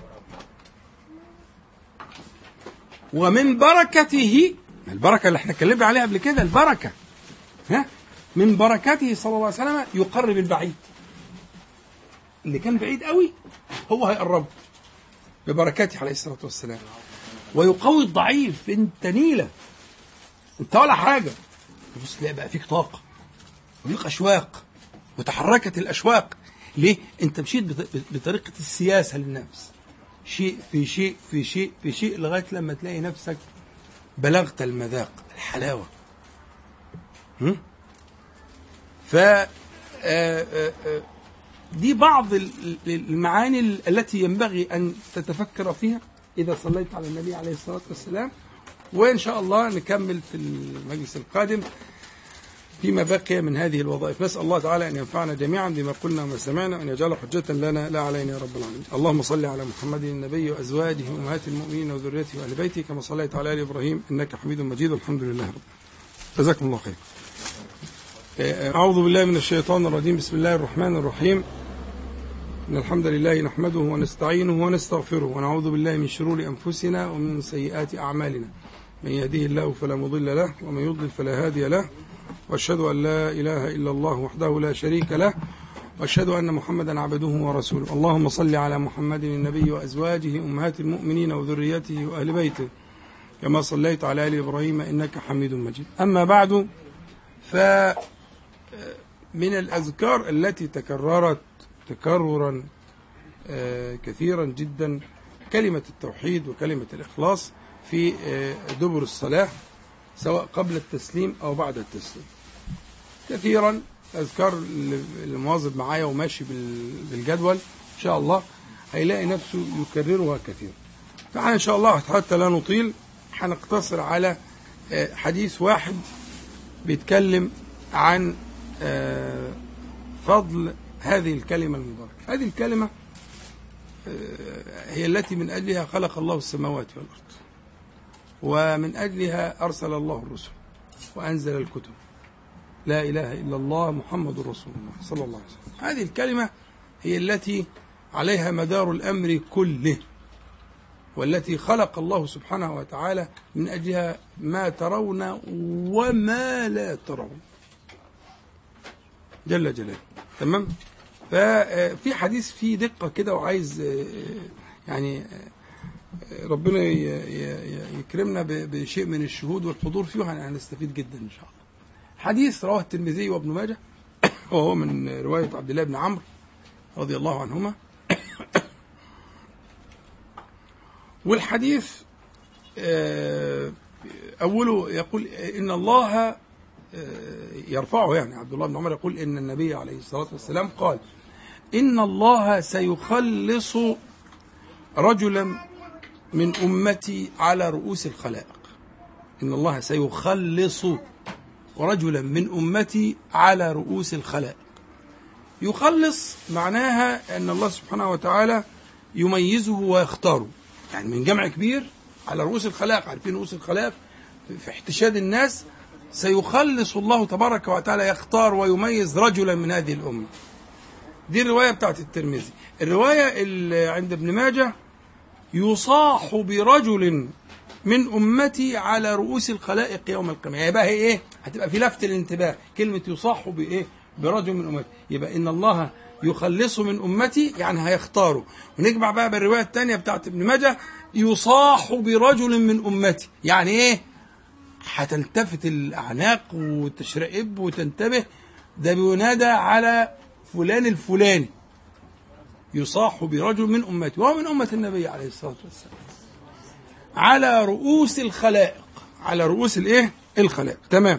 ومن بركته، البركه اللي احنا اتكلمنا عليها قبل كده، البركه ها من بركته صلى الله عليه وسلم يقرب البعيد. اللي كان بعيد قوي هو هيقربه ببركاته عليه الصلاه والسلام. ويقوي الضعيف، انت نيله، انت ولا حاجه، بص تلاقي بقى فيك طاقه وفيك اشواق وتحركت الاشواق. ليه؟ انت مشيت بطريقه السياسه للنفس، شيء في شيء في شيء في شيء لغايه لما تلاقي نفسك بلغت المذاق، الحلاوه. هم؟ ف دي بعض المعاني التي ينبغي ان تتفكر فيها اذا صليت على النبي عليه الصلاه والسلام. وان شاء الله نكمل في المجلس القادم فيما بقي من هذه الوظائف. نسأل الله تعالى أن ينفعنا جميعا بما قلنا وما سمعنا، وأن يجعل حجة لنا لا علينا يا رب العالمين. اللهم صل على محمد النبي وأزواجه وأمهات المؤمنين وذريته وأهل بيته كما صليت على آل إبراهيم إنك حميد مجيد، والحمد لله رب. جزاكم الله خير. أعوذ بالله من الشيطان الرجيم. بسم الله الرحمن الرحيم. إن الحمد لله نحمده ونستعينه ونستغفره ونعوذ بالله من شرور أنفسنا ومن سيئات أعمالنا. من يهده الله فلا مضل له ومن يضلل فلا هادي له، واشهد ان لا اله الا الله وحده لا شريك له، واشهد ان محمدا عبده ورسوله. اللهم صل على محمد النبي وازواجه امهات المؤمنين وذريته واهل بيته كما صليت على ال ابراهيم انك حميد مجيد. اما بعد، فمن الاذكار التي تكررت تكررا كثيرا جدا كلمه التوحيد وكلمه الاخلاص في دبر الصلاه، سواء قبل التسليم أو بعد التسليم. كثيرا أذكار اللي مواظب معايا وماشي بالجدول إن شاء الله هيلاقي نفسه يكررها كثيرا. فإحنا إن شاء الله حتى لا نطيل هنقتصر على حديث واحد بيتكلم عن فضل هذه الكلمة المباركة. هذه الكلمة هي التي من أجلها خلق الله السماوات والأرض، ومن أجلها أرسل الله الرسل وأنزل الكتب. لا إله إلا الله محمد رسول الله صلى الله عليه وسلم. هذه الكلمة هي التي عليها مدار الأمر كله، والتي خلق الله سبحانه وتعالى من أجلها ما ترون وما لا ترون جل جلاله. تمام؟ ففي حديث فيه دقة كده، وعايز يعني ربنا يكرمنا بشيء من الشهود والحضور فيه، هنستفيد جدا إن شاء الله. حديث رواه الترمذي وابن ماجه، وهو من رواية عبد الله بن عمرو رضي الله عنهما. والحديث أوله يقول إن الله يرفعه، يعني عبد الله بن عمر يقول إن النبي عليه الصلاة والسلام قال إن الله سيخلص رجلا من أمتي على رؤوس الخلائق. إن الله سيخلص رجلا من أمتي على رؤوس الخلائق. يخلص معناها أن الله سبحانه وتعالى يميزه ويختاره، يعني من جمع كبير على رؤوس الخلائق. عارفين رؤوس الخلائق في احتشاد الناس، سيخلص الله تبارك وتعالى، يختار ويميز رجلا من هذه الأمة. دي الرواية بتاعت الترمذي. الرواية اللي عند ابن ماجه يصاح برجل من أمتي على رؤوس الخلائق يوم القيامة. يبقى هي إيه؟ هتبقى في لفت الانتباه كلمة يصاح بإيه؟ برجل من أمتي. يبقى إن الله يخلص من أمتي، يعني هيختاره. ونجمع بقى بالرواية الثانية بتاعت ابن ماجه يصاح برجل من أمتي، يعني إيه؟ هتلتفت الأعناق وتشرئب وتنتبه، ده بينادى على فلان الفلاني. يصاح برجل من أمتي، وهو من أمة النبي عليه الصلاة والسلام، على رؤوس الخلائق، على رؤوس الإيه؟ الخلائق. تمام؟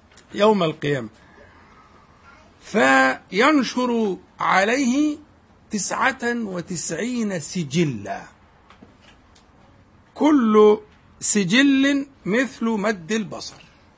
يوم القيامة. فينشر عليه تسعة وتسعين سجلا، كل سجل مثل مد البصر.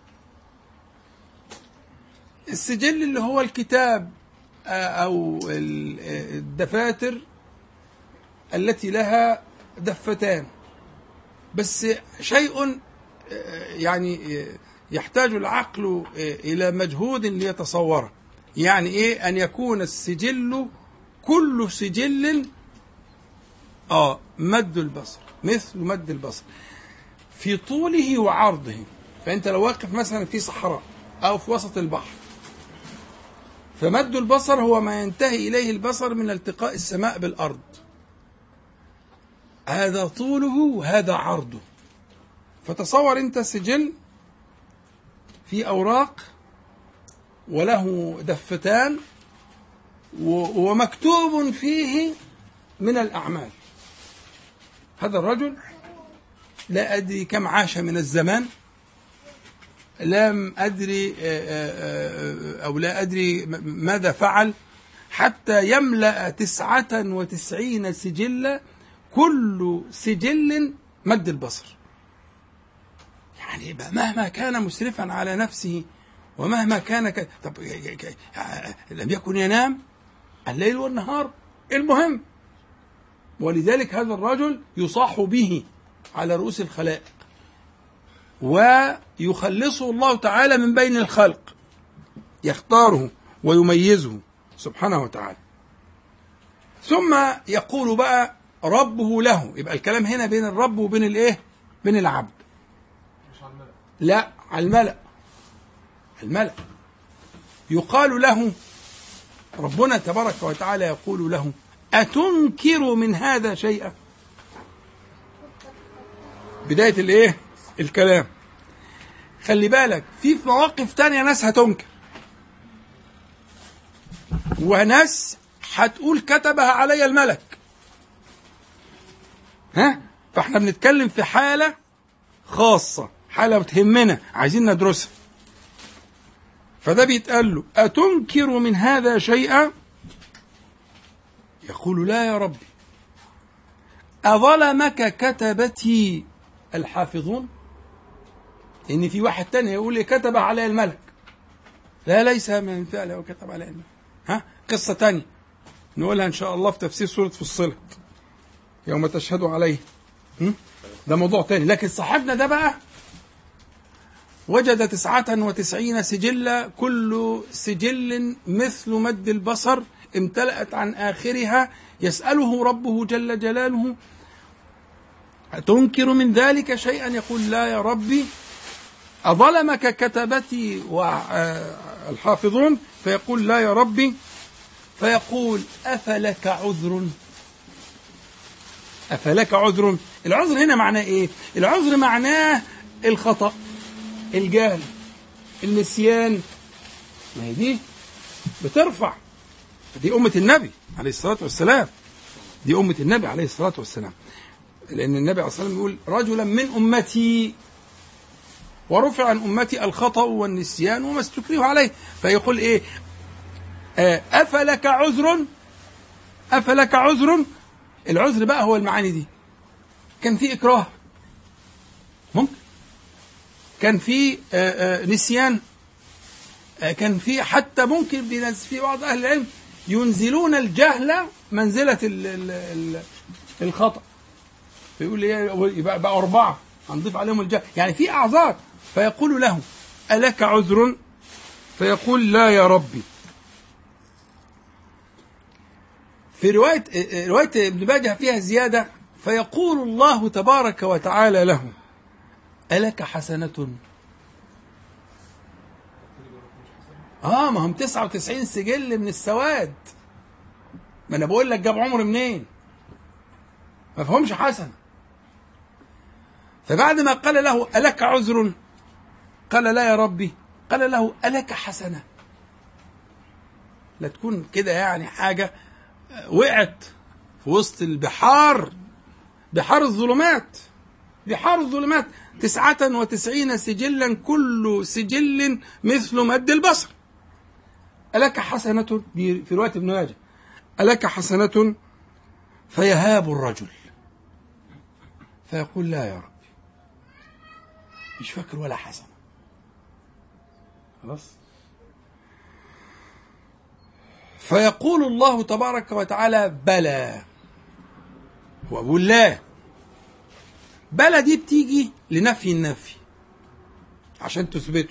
السجل اللي هو الكتاب أو الدفاتر التي لها دفتان، بس شيء يعني يحتاج العقل إلى مجهود ليتصوره. يعني إيه؟ أن يكون السجل كل سجل آه مد البصر، مثل مد البصر في طوله وعرضه. فأنت لو واقف مثلا في صحراء أو في وسط البحر، فمد البصر هو ما ينتهي إليه البصر من التقاء السماء بالأرض، هذا طوله وهذا عرضه. فتصور أنت سجل في أوراق وله دفتان ومكتوب فيه من الأعمال. هذا الرجل لا أدري كم عاش من الزمان، لم أدري أو لا أدري ماذا فعل حتى يملأ تسعة وتسعين سجلا، كل سجل مد البصر. يعني مهما كان مسرفا على نفسه ومهما كان ك... طب لم يكن ينام الليل والنهار، المهم. ولذلك هذا الرجل يصاح به على رؤوس الخلائق ويخلصه الله تعالى من بين الخلق، يختاره ويميزه سبحانه وتعالى. ثم يقول بقى ربه له، يبقى الكلام هنا بين الرب وبين الايه؟ بين العبد، مش على الملأ. لا، على الملأ. الملأ يقال له، ربنا تبارك وتعالى يقول له: أتنكر من هذا شيئا؟ بداية الايه؟ الكلام. خلي بالك في مواقف تانية ناس هتنكر وناس هتقول كتبها علي الملك، ها؟ فاحنا بنتكلم في حالة خاصة، حالة بتهمنا عايزين ندرسها. فده بيتقال له: أتنكر من هذا شيئا؟ يقول: لا يا ربي. أظلمك كتبتي الحافظون؟ إن في واحد تاني يقول لي كتب علي الملك. لا، ليس من فعله وكتب علي الملك. ها؟ قصة تانية نقولها إن شاء الله في تفسير سورة فصلت يوم تشهد عليه، ده موضوع تاني. لكن صاحبنا ده بقى وجد تسعة وتسعين سجلا، كل سجل مثل مد البصر، امتلأت عن آخرها. يسأله ربه جل جلاله: أتنكر من ذلك شيئا؟ يقول: لا يا ربي. أظلمك كتبتي والحافظون؟ فيقول: لا يا ربي. فيقول: أفلك عذر؟ أفلك عذر؟ العذر هنا معناه إيه؟ العذر معناه الخطأ، الجهل، النسيان. ما هي دي بترفع، دي أمة النبي عليه الصلاة والسلام، دي أمة النبي عليه الصلاة والسلام. لأن النبي عليه الصلاة والسلام يقول: رجلا من أمتي ورفع عن أمتي الخطأ والنسيان وما استكرهوا عليه. فيقول إيه؟ أفلك عذر؟ أفلك عذر؟ العذر بقى هو المعاني دي. كان في إكراه، ممكن كان في نسيان، كان في حتى ممكن في بعض أهل العلم ينزلون الجهل منزلة الخطأ، فيقول لي يبقى بقى أربعة هنضيف عليهم الجهل، يعني في أعذار. فيقول له: ألك عذر؟ فيقول: لا يا ربي. في رواية رواية ابن ماجه فيها زيادة: فيقول الله تبارك وتعالى له: ألك حسنة؟ آه ما هم تسعة وتسعين سجل من السواد، ما أنا بقول لك جاب عمر منين؟ ما فهمش حسنة. فبعد ما قال له: ألك عذر؟ قال: لا يا ربي. قال له: ألك حسنة؟ لا تكون كده يعني حاجة وقعت في وسط البحار، بحار الظلمات، بحار الظلمات، تسعة وتسعين سجلا، كل سجل مثل مد البصر. ألك حسنة؟ في رواية ابن ماجه: ألك حسنة؟ فيهاب الرجل فيقول لا يا رب مش فاكر ولا حسنة. خلاص. فيقول الله تبارك وتعالى بلى. هو بيقول لا. بلى دي بتيجي لنفي النفي عشان تثبته.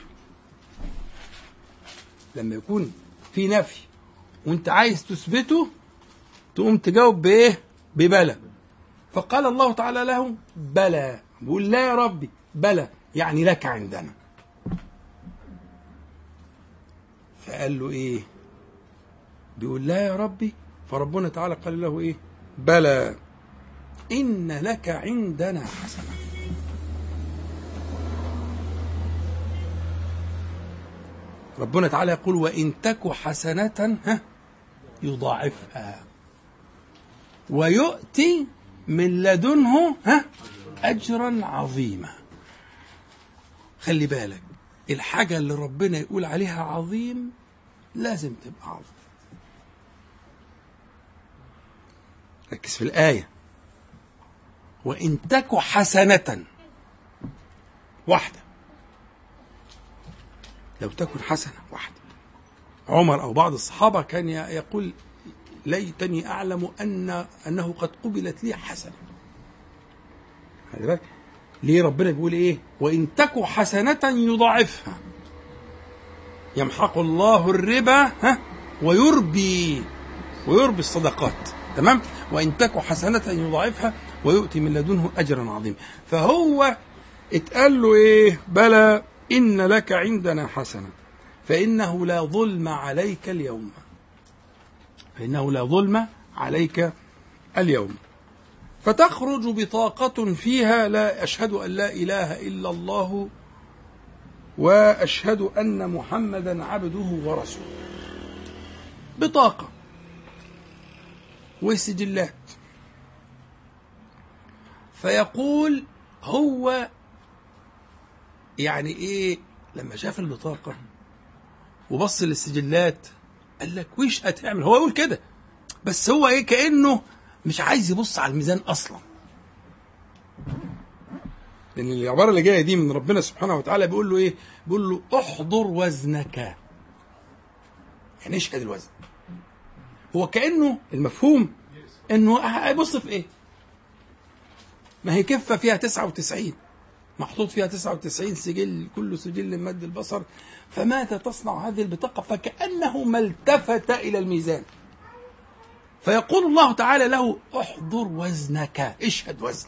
لما يكون في نفي وانت عايز تثبته تقوم تجاوب بايه؟ ببلى. فقال الله تعالى له بلى. بيقول لا يا ربي بلى يعني لك عندنا. فقال له ايه؟ بيقول لا يا ربي. فربنا تعالى قال له ايه؟ بلى إن لك عندنا حسنة. ربنا تعالى يقول وإن تك حسنة ها يضاعفها ويؤتي من لدنه ها أجرا عظيما. خلي بالك الحاجة اللي ربنا يقول عليها عظيم لازم تبقى عظيم. ركز في الآية. وإن تك حسنة واحدة. لو تكن حسنة واحدة. عمر أو بعض الصحابة كان يقول ليتني أعلم أن أنه قد قبلت لي حسنة. ليه ربنا بيقول إيه؟ وإن تك حسنة يضاعفها يمحق الله الربا ها ويربي ويربي الصدقات. تمام؟ وإن تك حسنة يضاعفها ويؤتي من لدنه أجرا عظيما. فهو اتقال له إيه؟ بلى إن لك عندنا حسنة فإنه لا ظلم عليك اليوم. فإنه لا ظلم عليك اليوم. فتخرج بطاقة فيها لا أشهد أن لا إله إلا الله وأشهد أن محمدا عبده ورسوله. بطاقة وسجلات. فيقول هو يعني ايه لما شاف البطاقة وبص للسجلات قال لك ويش هتعمل. هو يقول كده بس هو ايه كأنه مش عايز يبص على الميزان اصلا. لان العبارة اللي جاية دي من ربنا سبحانه وتعالى بيقول له ايه؟ بيقول له احضر وزنك. يعني اشهد الوزن. هو كأنه المفهوم انه هيبص في ايه؟ ما هي كفة فيها تسعة وتسعين محطوط فيها تسعة وتسعين سجل كل سجل مد البصر. فماذا تصنع هذه البطاقة؟ فكأنه ما التفت إلى الميزان. فيقول الله تعالى له احضر وزنك. اشهد وزن.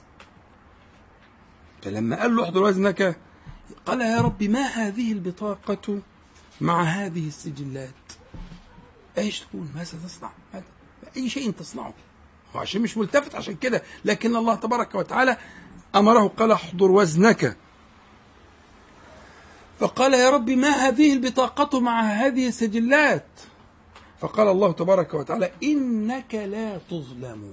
فلما قال له احضر وزنك قال يا رب ما هذه البطاقة مع هذه السجلات؟ ايش تكون؟ ماذا تصنع؟ ماذا؟ أي شيء تصنعه. هو عشان مش ملتفت عشان كده. لكن الله تبارك وتعالى أمره قال احضر وزنك. فقال يا رب ما هذه البطاقة مع هذه السجلات؟ فقال الله تبارك وتعالى إنك لا تظلم.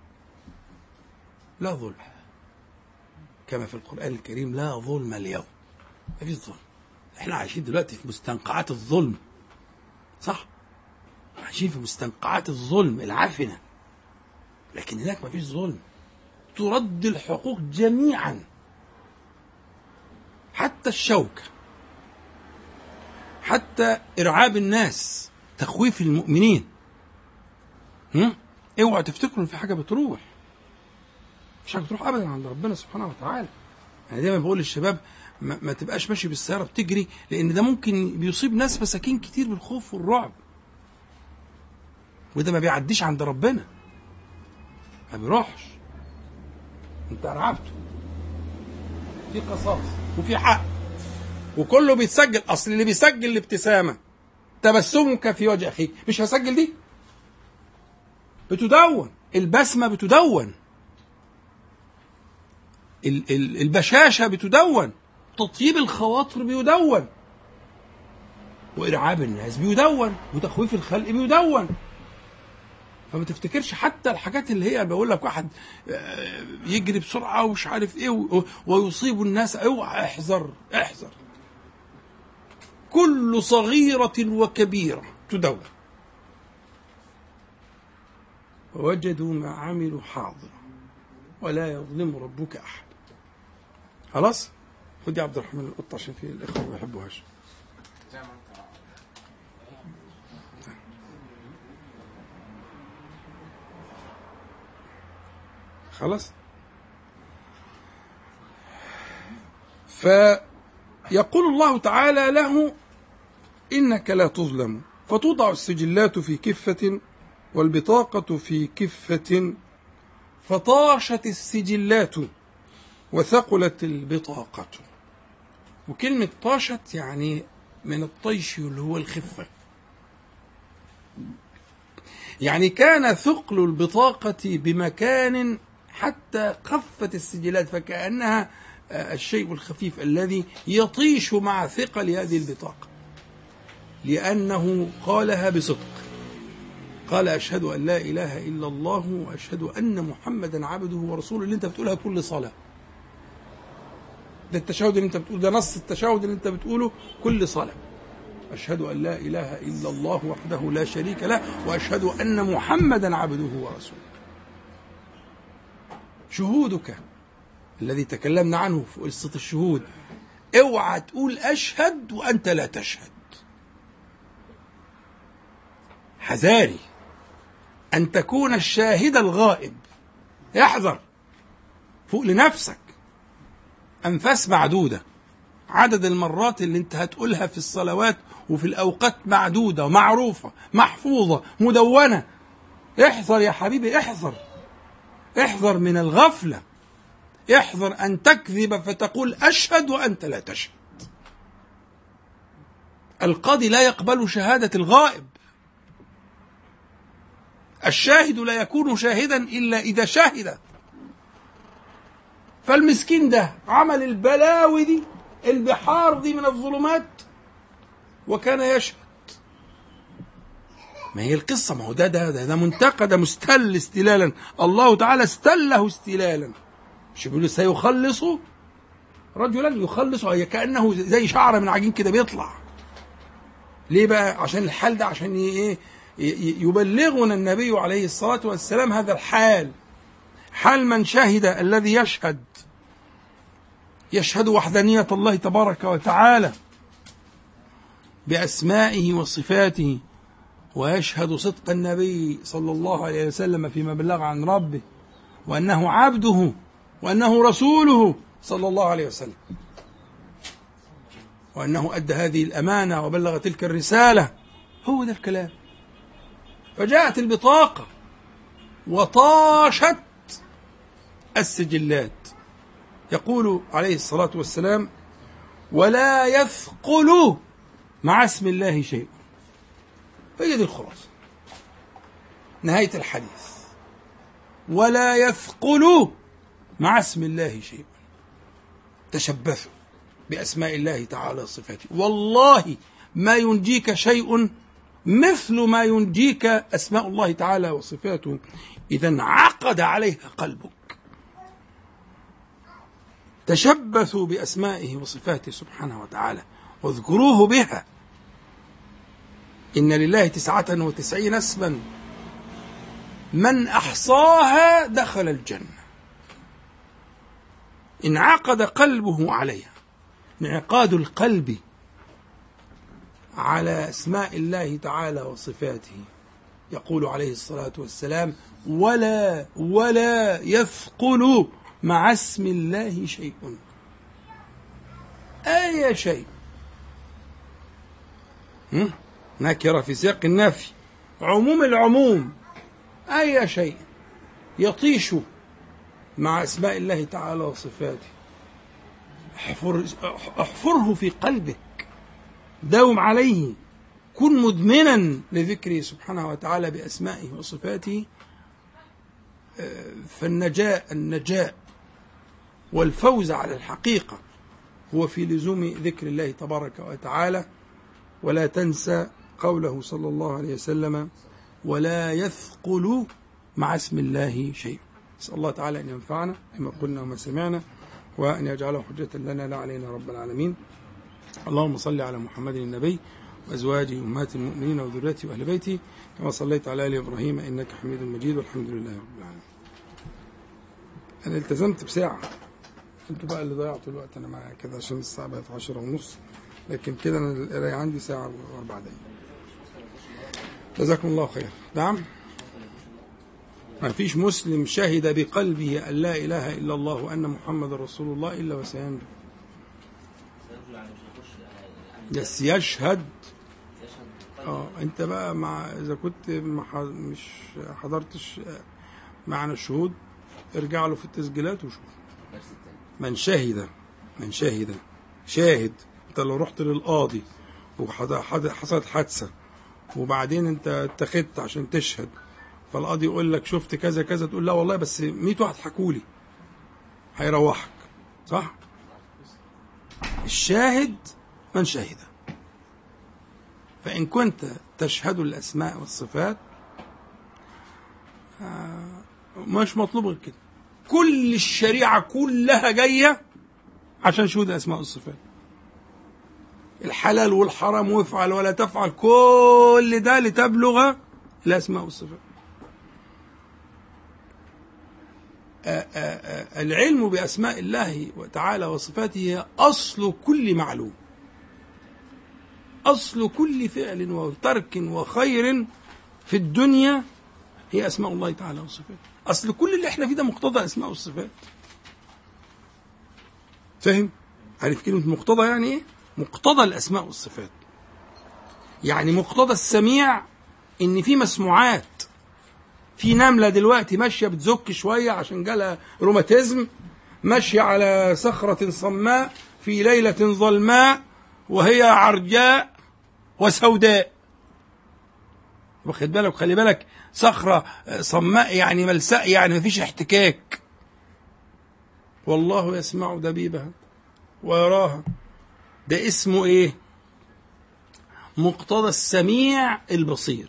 لا ظلم كما في القرآن الكريم لا ظلم اليوم. ما فيش ظلم. احنا عايشين دلوقتي في مستنقعات الظلم. صح؟ عايشين في مستنقعات الظلم العفنة. لكن هناك ما فيش ظلم. ترد الحقوق جميعا حتى الشوكة حتى إرعاب الناس تخويف المؤمنين. هم؟ اوعوا تفتكروا ان في حاجة بتروح. مش حاجة بتروح أبدا عند ربنا سبحانه وتعالى. أنا دايما بقول للشباب ما, ما تبقاش ماشي بالسيارة بتجري لأن ده ممكن بيصيب ناس مساكين كتير بالخوف والرعب. وده ما بيعديش عند ربنا. ما بيروحش. انت أرعبته. في قصاص وفي حق وكله بيتسجل. أصل اللي بيسجل الابتسامة تبسمك في وجه أخيك مش هسجل دي؟ بتدون. البسمة بتدون. البشاشة بتدون. تطيب الخواطر بيدون. وإرعاب الناس بيدون. وتخويف الخلق بيدون. فما تفتكرش حتى الحاجات اللي هي بقول لك واحد يجري بسرعة ومش عارف ايه ويصيب الناس. اوعى احذر احذر. كل صغيرة وكبيرة تدون. ووجدوا ما عملوا حاضر ولا يظلم ربك أحد. خلاص؟ خد يا عبد الرحمن القطة عشان في الإخوة ما بيحبوهاش. خلاص؟ فيقول الله تعالى له: إنك لا تظلم. فتوضع السجلات في كفة والبطاقة في كفة، فطاشت السجلات وثقلت البطاقة. وكلمة طاشت يعني من الطيش اللي هو الخفة، يعني كان ثقل البطاقة بمكان حتى خفت السجلات، فكأنها الشيء الخفيف الذي يطيش مع ثقل هذه البطاقة، لأنه قالها بصدق. قال: أشهد أن لا إله إلا الله وأشهد أن محمدا عبده ورسوله، اللي أنت بتقولها كل صلاة. ده التشهد اللي أنت بتقول، ده نص التشهد اللي أنت بتقوله كل صلاة. أشهد أن لا إله إلا الله وحده لا شريك له وأشهد أن محمدا عبده ورسوله. شهودك الذي تكلمنا عنه في قصة الشهود، اوعى تقول أشهد وأنت لا تشهد. حذاري أن تكون الشاهد الغائب. احذر، فوق لنفسك. أنفاس معدودة، عدد المرات اللي انت هتقولها في الصلوات وفي الأوقات معدودة ومعروفة محفوظة مدونة. احذر يا حبيبي، احذر احذر من الغفلة. احذر أن تكذب فتقول أشهد وأنت لا تشهد. القاضي لا يقبل شهادة الغائب. الشاهد لا يكون شاهدا إلا إذا شهد. فالمسكين ده عمل البلاوي دي، البحار دي من الظلمات، وكان يشهد. ما هي القصة، ما هو ده ده ده, ده منتقد مستل استلالا. الله تعالى استله استلالا. مش بيقول سيخلص رجلا يخلص، هي كأنه زي شعر من عجين كده بيطلع. ليه بقى؟ عشان الحال ده، عشان ايه؟ يبلغنا النبي عليه الصلاة والسلام هذا الحال، حال من شهد، الذي يشهد يشهد وحدانية الله تبارك وتعالى بأسمائه وصفاته، ويشهد صدق النبي صلى الله عليه وسلم فيما بلغ عن ربه، وأنه عبده وأنه رسوله صلى الله عليه وسلم، وأنه أدى هذه الأمانة وبلغ تلك الرسالة. هو ده الكلام. فجاءت البطاقة وطاشت السجلات. يقول عليه الصلاة والسلام: ولا يثقل مع اسم الله شيء. هي دي الخلاصة، نهاية الحديث. ولا يثقل مع اسم الله شيء. تشبثوا بأسماء الله تعالى وصفاته، والله ما ينجيك شيء مثل ما ينجيك أسماء الله تعالى وصفاته إذا انعقد عليها قلبك. تشبثوا بأسمائه وصفاته سبحانه وتعالى واذكروه بها. إن لله تسعة وتسعين اسما من أحصاها دخل الجنة. انعقد قلبه عليها. انعقاد القلب على أسماء الله تعالى وصفاته. يقول عليه الصلاة والسلام: ولا ولا يثقل مع اسم الله شيء. أي شيء، نكرة في سياق النفي، عموم العموم، أي شيء يطيش مع أسماء الله تعالى وصفاته احفر احفره في قلبك، داوم عليه، كن مدمنا لذكره سبحانه وتعالى بأسمائه وصفاته. فالنجاء النجاء والفوز على الحقيقة هو في لزوم ذكر الله تبارك وتعالى. ولا تنسى قوله صلى الله عليه وسلم: ولا يثقل مع اسم الله شيء. نسأل الله تعالى أن ينفعنا بما قلنا وما سمعنا، وأن يجعله حجة لنا لا علينا رب العالمين. اللهم صل على محمد النبي وأزواجي وأمهات المؤمنين وذريتي وأهل بيتي كما صليت على آل إبراهيم إنك حميد مجيد والحمد لله رب العالمين. أنا التزمت بساعة، أنتوا بقى اللي ضيعتوا الوقت، أنا معايا كده عشان الساعة بقت عشرة ونص، لكن كده أنا القراية عندي ساعة وأربع دقايق. جزاكم الله خير. نعم، ما فيش مسلم شهد بقلبه أن لا إله إلا الله وأن محمد رسول الله إلا وسينجو. بس يشهد. اه انت بقى مع اذا كنت مش حضرتش معنا الشهود ارجع له في التسجيلات وشوف. من شهد من شهد شاهد. انت لو رحت للقاضي وحصلت حادثه وبعدين انت اتخذت عشان تشهد، فالقاضي يقول لك شفت كذا كذا، تقول لا والله بس مية واحد حكولي، هيروحك. صح؟ الشاهد من شهد. فإن كنت تشهد الأسماء والصفات مش مطلوب غير كده. كل الشريعة كلها جاية عشان شهود الأسماء والصفات. الحلال والحرام وافعل ولا تفعل، كل ده لتبلغ الأسماء والصفات. العلم بأسماء الله تعالى وصفاته أصل كل معلوم، أصل كل فعل وترك وخير في الدنيا هي أسماء الله تعالى وصفاته. أصل كل اللي احنا فيه ده مقتضى أسماء والصفات. فاهم؟ عارف كلمة مقتضى يعني إيه؟ مقتضى الأسماء والصفات. يعني مقتضى السميع إن في مسموعات. في نملة دلوقتي ماشية بتزك شوية عشان جالها روماتيزم، ماشية على صخرة صماء في ليلة ظلماء وهي عرجاء وسوداء. واخد بالك؟ خلي بالك، صخرة صماء يعني ملساء، يعني مفيش احتكاك. والله يسمع دبيبها ويراها. ده اسمه ايه؟ مقتضى السميع البصير.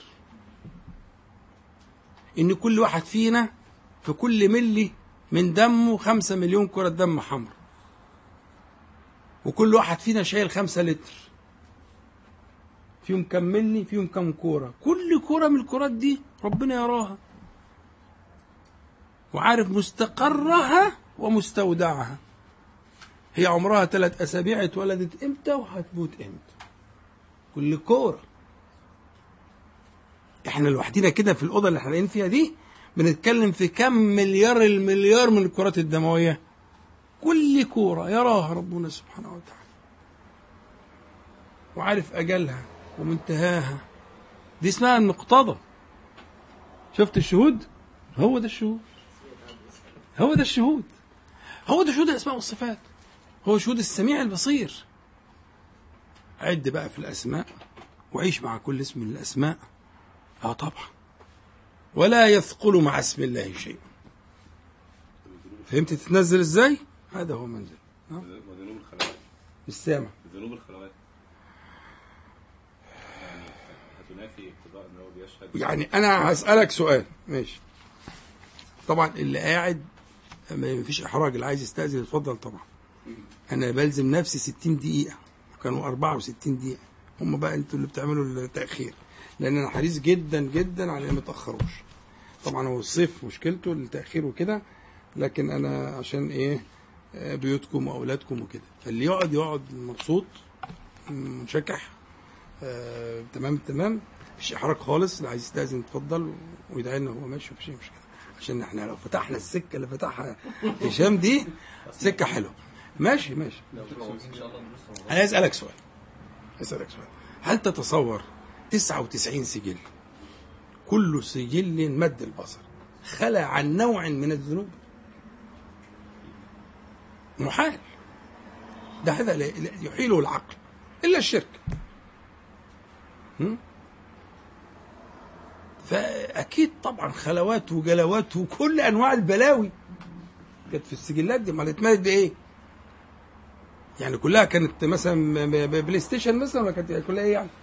ان كل واحد فينا في كل ملي من دمه خمسة مليون كرة دم حمر، وكل واحد فينا شايل خمسة لتر، فيهم كم ملي، فيهم كم كورة. كل كورة من الكرات دي ربنا يراها وعارف مستقرها ومستودعها. هي عمرها ثلاث أسابيع، اتولدت امتى وهتموت امتى. كل كورة. احنا لوحدينا كده في الأوضة اللي احنا قاعدين فيها دي بنتكلم في كم مليار المليار من الكرات الدموية. كل كورة يراها ربنا سبحانه وتعالى وعارف أجلها ومنتهاها. دي اسمها المقتضى. شفت الشهود؟ هو ده الشهود، هو ده الشهود، هو ده شهود الأسماء والصفات، هو شهود السميع البصير. عد بقى في الأسماء وعيش مع كل اسم من الأسماء. اه طبعا. ولا يثقل مع اسم الله شيء. فهمت تتنزل ازاي؟ هذا هو منزل. وذنوب الخلوات. مش سامع. ذنوب الخلوات يعني هتنافي اقتضاء ان هو بيشهد. يعني انا هسألك سؤال، ماشي؟ طبعا اللي قاعد ما فيش احراج، اللي عايز يستأذن يتفضل. طبعا انا بلزم نفسي ستين دقيقة، كانوا أربعة وستين دقيقة، هم بقى انتوا اللي بتعملوا التأخير، لان انا حريص جدا جدا على ان ما تاخروش. طبعا هو الصيف مشكلته التاخير وكده، لكن انا عشان ايه بيوتكم واولادكم وكده، فاللي يقعد يقعد مبسوط منشكح. آه تمام تمام، مفيش احراج خالص. اللي عايز يستاذن اتفضل ويدعي لنا وهو ماشي، مفيش مشكله، عشان احنا لو فتحنا السكه اللي فتحها هشام دي سكه حلوه. ماشي ماشي. انا اسالك سؤال اسالك سؤال هل تتصور تسعة وتسعين سجل كل سجل مد البصر خلى عن نوع من الذنوب؟ محال. ده هذا يحيله العقل إلا الشرك. فأكيد طبعا خلوات وجلوات وكل أنواع البلاوي كانت في السجلات دي. ما اتملت بإيه؟ يعني كلها كانت مثلا بلاي ستيشن مثلا، ولا كانت كلها إيه يعني؟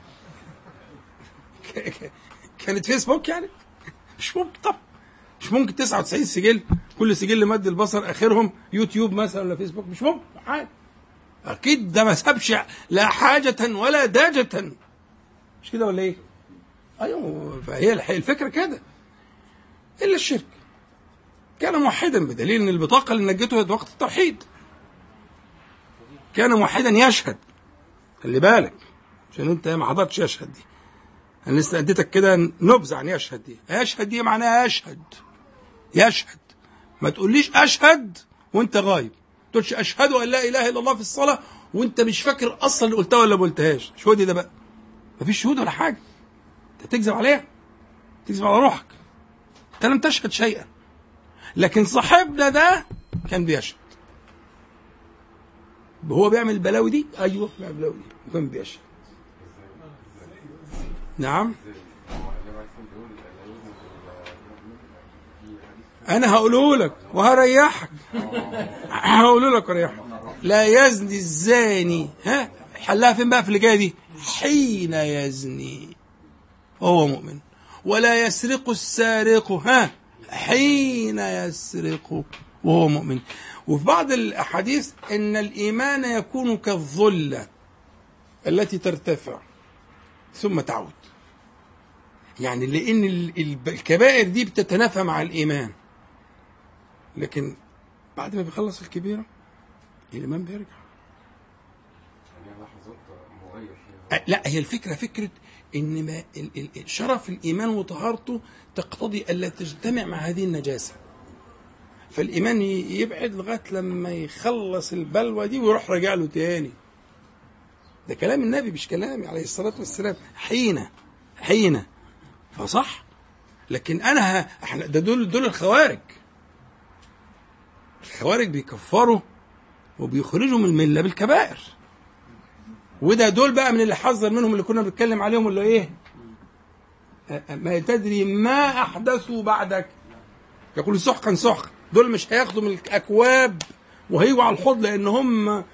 كانت فيسبوك يعني؟ مش ممكن طبعا، مش ممكن تسعة وتسعين سجل كل سجل مد البصر اخرهم يوتيوب مثلا ولا فيسبوك، مش ممكن حاجه. اكيد ده ما سابش لا حاجه ولا داجه مش كده ولا ايه؟ ايوه، فهي الفكره كده. الا الشرك كان موحدا، بدليل ان البطاقه اللي نجته هي وقت التوحيد. كان موحدا يشهد، خلي بالك عشان انت ما حضرتش يشهد دي، انا لسه اديتك كده نبذه عن يشهد دي. يشهد دي معناها يشهد، يشهد. ما تقوليش اشهد وانت غايب، ما تقولش اشهد ان لا اله الا الله في الصلاه وانت مش فاكر اصلا اللي قلتها ولا ما قلتهاش. شهود ده بقى ما فيش شهود ولا حاجه، انت تكذب عليها، تكذب على روحك، انت لم تشهد شيئا. لكن صاحبنا ده كان بيشهد، هو بيعمل البلاوي دي، ايوه بيعمل البلاوي دي وكان بيشهد. نعم، انا هقوله لك وهريحك هقوله لك وهريحك. لا يزني الزاني، ها حلها فين بقى في اللي جايه دي؟ حين يزني وهو مؤمن. ولا يسرق السارق، ها حين يسرق وهو مؤمن. وفي بعض الأحاديث إن الإيمان يكون كالظلة التي ترتفع ثم تعود، يعني لأن الكبائر دي بتتنافى مع الإيمان، لكن بعد ما بيخلص الكبيرة الإيمان بيرجع. لا، هي الفكرة فكرة إن ما شرف الإيمان وطهارته تقتضي ألا تجتمع مع هذه النجاسة، فالإيمان يبعد لغاية لما يخلص البلوى دي ويروح راجع له تاني. ده كلام النبي مش كلامي عليه الصلاة والسلام. حين حين فصح. لكن أنا ه... احنا ده دول دول الخوارج. الخوارج بيكفروا وبيخرجوا من الملة بالكبائر، وده دول بقى من اللي حذر منهم اللي كنا بنتكلم عليهم، اللي ايه؟ ما تدري ما أحدثوا بعدك، يقول سحقا سحقا. دول مش هياخدوا من الأكواب وهيجوا على الحوض لأن هم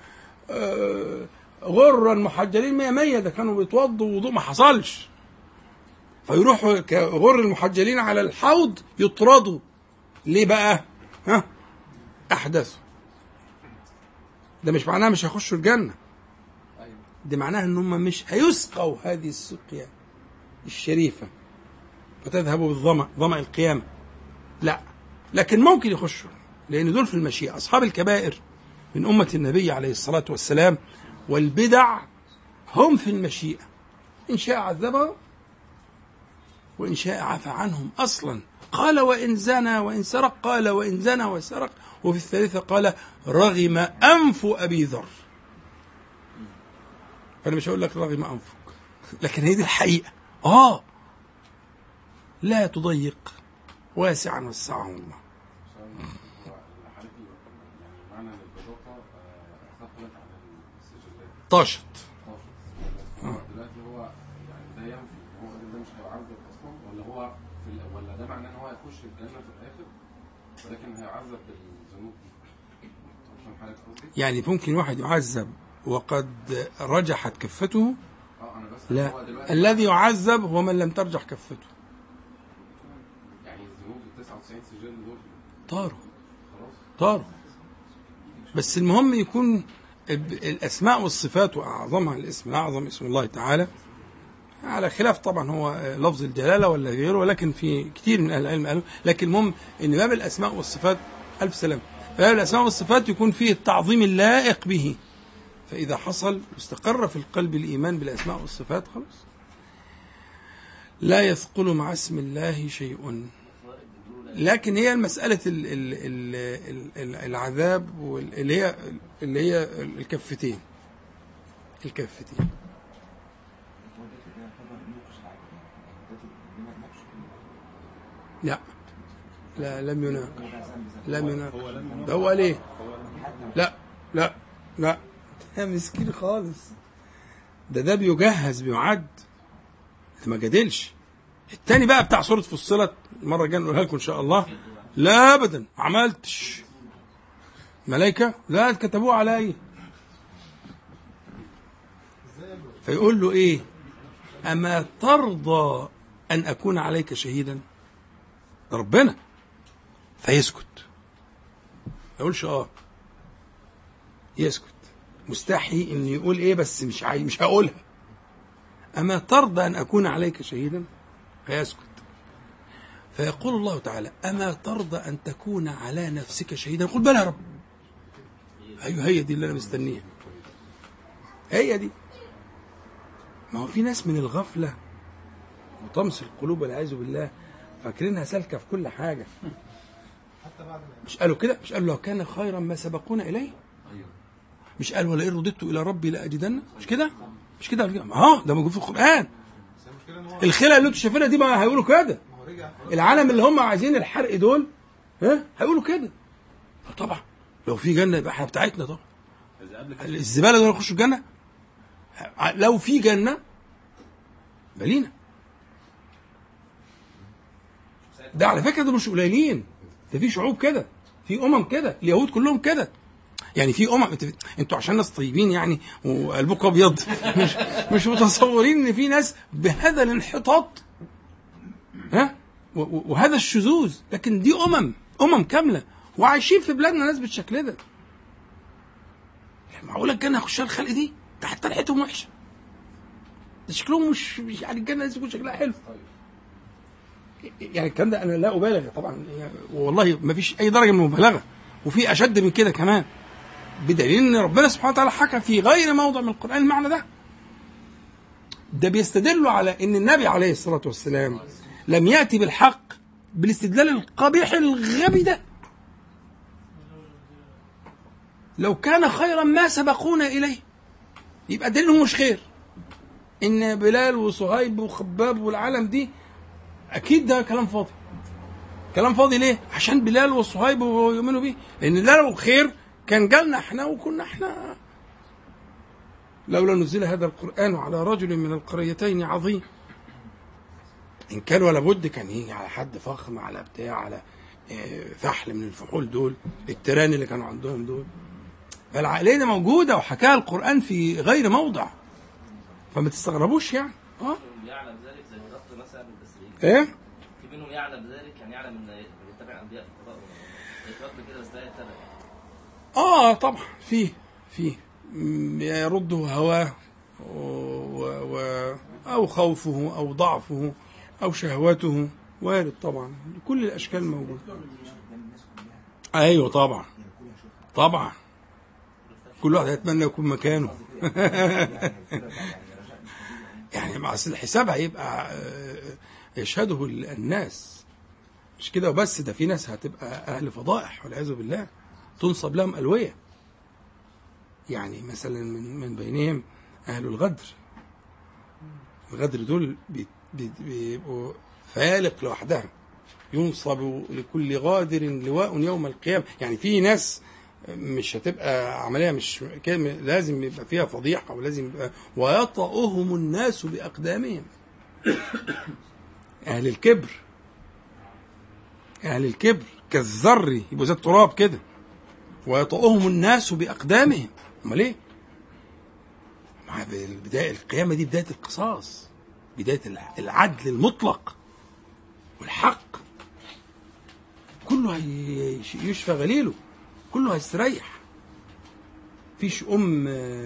غرا محجلين مية مية، ده كانوا بيتوضوا وضوء ما حصلش، فيروحوا كغر المحجلين على الحوض يطردوا. ليه بقى؟ ها؟ أحدثوا. ده مش معناه مش هيخشوا الجنة، ده معناه ان هم مش هيسقوا هذه السقيا الشريفة فتذهبوا بالظمأ، ظمأ القيامة، لا، لكن ممكن يخشوا لأن دول في المشيئة. أصحاب الكبائر من أمة النبي عليه الصلاة والسلام والبدع هم في المشيئة، إن شاء عذبهم وإن شاء عفى عنهم. أصلا قال وإن زنى وإن سرق، قال وإن زنى وسرق، وفي الثالثة قال رغم أنف أبي ذر. فأنا مش هقول لك رغم أنفك، لكن هي دي الحقيقة. آه لا تضيق واسعا وسعه الله. طاشت. دلوقتي هو يعني ده ينفي هو ده مش هيعذب اصلا، ولا هو في ولا ده معناه ان هو هيخش الجنه في الاخر ولكن هيعذب بالذنوب دي؟ يعني ممكن واحد يعذب وقد رجحت كفته؟ اه انا بس لا، الذي يعذب هو من لم ترجح كفته. يعني الذنوب ال تسعة وتسعين سجل دول طاروا طاروا. بس المهم يكون الأسماء والصفات وأعظمها الاسم الأعظم اسم الله تعالى، على خلاف طبعا هو لفظ الجلالة ولا غيره، ولكن في كتير من أهل العلم قالوا، لكن المهم إن باب الأسماء والصفات ألف سلام، باب الأسماء والصفات يكون فيه التعظيم اللائق به، فإذا حصل واستقر في القلب الإيمان بالأسماء والصفات خلاص لا يثقل مع اسم الله شيء. لكن هي المسألة العذاب اللي هي اللي هي الكفتين الكفتين لا لا لم يناق لم يناق ده هو ليه؟ لا لا لا ده مسكين خالص، ده ده بيجهز بيعد، ده ما جادلش. التاني بقى بتاع سورة فصلت المرة الجاية نقولها لكم إن شاء الله، لا أبدا ما عملتش ملائكة، لا كتبوه علي. فيقول له إيه؟ أما ترضى أن أكون عليك شهيدا؟ ربنا. فيسكت، ما يقولش آه، يسكت، مستحي إن يقول إيه، بس مش عاي... مش هقولها. أما ترضى أن أكون عليك شهيدا؟ فيسكت. فيقول الله تعالى أما ترضى أن تكون على نفسك شهيدا؟ قل بلى يا رب. أيوه هي دي اللي أنا مستنيها، هي دي. ما هو في ناس من الغفلة وطمس القلوب والعياذ بالله فاكرينها سالكة في كل حاجة. مش قالوا كده؟ مش قالوا لو كان خيرا ما سبقونا إليه؟ مش قالوا ولئن رددت إلى ربي لأجدن؟ مش كده؟ مش كده؟ اه ده موجود في القرآن. الخلق اللي انتوا شايفينها دي ما هيقولوا كده. العالم اللي هم عايزين الحرق دول ها هيقولوا كده. طبعا لو في جنة يبقى احنا بتاعتنا طبعا. الزبالة دول يخشوا الجنة؟ لو في جنة بلينا. ده على فكرة ده مش قليلين، ده في شعوب كده، في أمم كده، اليهود كلهم كده. يعني في أمم انتوا عشان ناس طيبين يعني وقلبكم أبيض مش مش متصورين إن في ناس بهذا الانحطاط ها وهذا الشذوذ، لكن دي أمم أمم كاملة وعايشين في بلادنا ناس بالشكل ده. معقولة الجنة هيخشها الخلق دي؟ ده حتى ريحتهم وحشة، ده شكلهم مش يعني الجنة لازم يكون شكلها حلو. يعني الكلام ده أنا لا أبالغ طبعا يعني، والله ما فيش أي درجة من المبالغة، وفي أشد من كده كمان، بدليل ان ربنا سبحانه وتعالى حكى في غير موضع من القرآن المعنى ده. ده بيستدلوا على ان النبي عليه الصلاة والسلام لم يأتي بالحق بالاستدلال القبيح الغبي ده. لو كان خيرا ما سبقونا إليه، يبقى دليلهم مش خير. ان بلال وصهيب وخباب والعالم دي اكيد ده كلام فاضي. كلام فاضي ليه؟ عشان بلال وصهيب يؤمنوا بيه، لان ده لو خير كان جالنا احنا وكنا احنا. لولا نزل هذا القرآن على رجل من القريتين عظيم. إن كان ولا بد كان يجي على حد فخم، على بتاع، على فحل من الفحول دول، التيران اللي كانوا عندهم دول. فالعقلية موجودة وحكاها القرآن في غير موضع، فما تستغربوش يعني. اه يعلم ذلك زي الرب مثلا بالتسليم. ايه؟ في منهم يعلم ذلك، يعني يعلم ان يتبع انبياء الفضاء يتربى كده بس لا يتبع. اه طبعا فيه فيه يرده هواه و... و... او خوفه او ضعفه او شهوته، وارد طبعا، كل الاشكال موجوده. ايوه طبعا طبعا كل واحد يتمنى يكون مكانه. يعني مع الحساب هيبقى يشهده الناس، مش كده وبس، ده في ناس هتبقى اهل فضائح والعياذ بالله تنصب لهم ألوية. يعني مثلا من من بينهم أهل الغدر. الغدر دول بيبقوا فالق لوحدها، ينصب لكل غادر لواء يوم القيامة. يعني في ناس مش هتبقى عملية مش كده، لازم يبقى فيها فضيحة، ولازم يبقى ويطأهم الناس بأقدامهم. أهل الكبر، أهل الكبر كالذر يبقوا زي التراب كده، ويطأهم الناس بأقدامهم. امال ايه؟ مع بداية القيامة دي بداية القصاص، بداية العدل المطلق والحق. كله يشفى غليله، كله هيستريح. فيش أم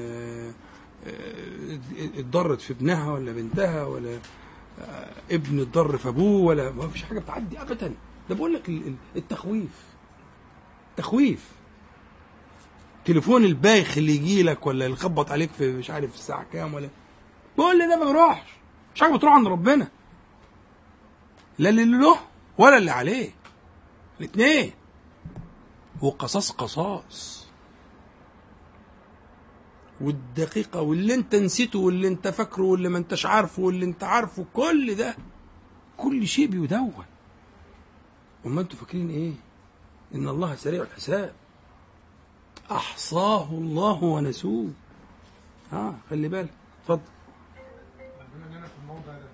اتضرت في ابنها ولا بنتها، ولا ابن اتضر في أبوه، ولا ما فيش حاجة بتعدي أبدا. ده بقول لك التخويف، تخويف. تليفون البايخ اللي يجي لك ولا اللي يخبط عليك في مش عارف الساعة كام، ولا بقول لي ده ما بيروحش، مش حاجة بتروح عند ربنا، لا اللي له ولا اللي عليه، الاثنين. وقصاص قصاص، والدقيقة واللي انت نسيته واللي انت فاكره واللي ما انتش عارفه واللي انت عارفه، كل ده كل شيء بيدون. وما انتوا فاكرين ايه؟ ان الله سريع الحساب، احصاه الله ونسوه. اه خلي بالك. اتفضل. بما اننا في الموضع ده،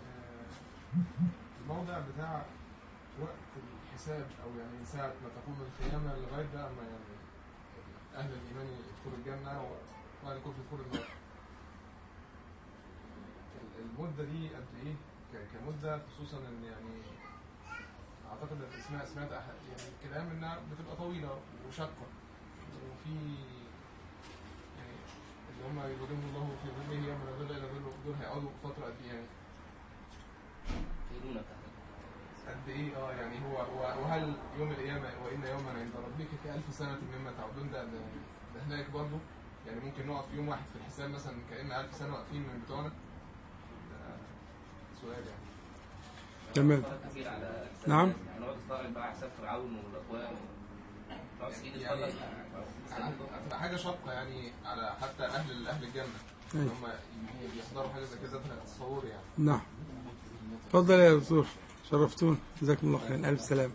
الموضع بتاع وقت الحساب، او يعني من ساعه ما تقوم القيامه لغايه بقى ما يعني اهل الايمان يدخلوا الجنه واهل الكفر يدخلوا النار. المده دي قد ايه كمده؟ خصوصا ان يعني اعتقد ان اسمها سمعت يعني كلام انها بتبقى طويله وشاقه، وفي يعني هم يظلموا الله في ظله يوم لا ظل الا ظله، دول هيقعدوا فتره قد ايه يعني؟ قد ايه؟ اه يعني هو وهل يوم القيامه وان يوما عند ربك كألف سنه مما تعودون، ده ده, ده هناك برضه يعني ممكن نقف يوم واحد في الحساب مثلا كأن ألف سنه واقفين من بتوعنا؟ ده سؤال يعني. تمام. نعم. نقعد نستغرب بقى حساب فرعون والاقوام، يعني هتبقى حاجه شاقه يعني على حتى اهل اهل الجنه ان هم يحضروا حاجه زي كده، تصور يعني. نعم. اتفضل يا دكتور، شرفتون، جزاكم الله خير، الف سلام.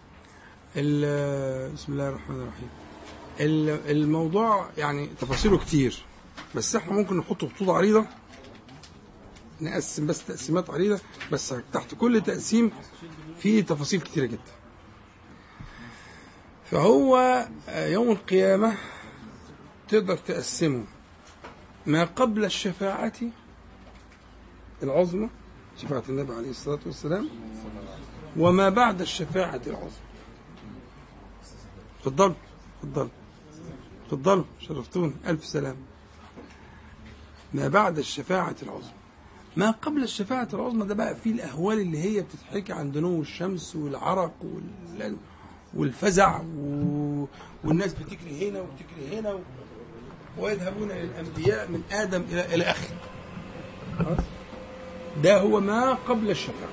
بسم الله الرحمن الرحيم. الموضوع يعني تفاصيله كتير، بس احنا ممكن نحط خطوط عريضه، نقسم بس تقسيمات عريضه، بس تحت كل تقسيم فيه تفاصيل كتيره جدا. فهو يوم القيامه تقدر تقسمه ما قبل الشفاعه العظمى، شفاعه النبي عليه الصلاه والسلام، وما بعد الشفاعه العظمى. تفضلوا تفضلوا تفضلوا، شرفتون، الف سلام. ما بعد الشفاعه العظمى، ما قبل الشفاعة العظمى ده بقى فيه الأهوال اللي هي بتتحكي عن دنو الشمس والعرق والفزع والناس بتجري هنا وبتجري هنا ويذهبون للأنبياء من آدم إلى إلى آخره. ده هو ما قبل الشفاعة.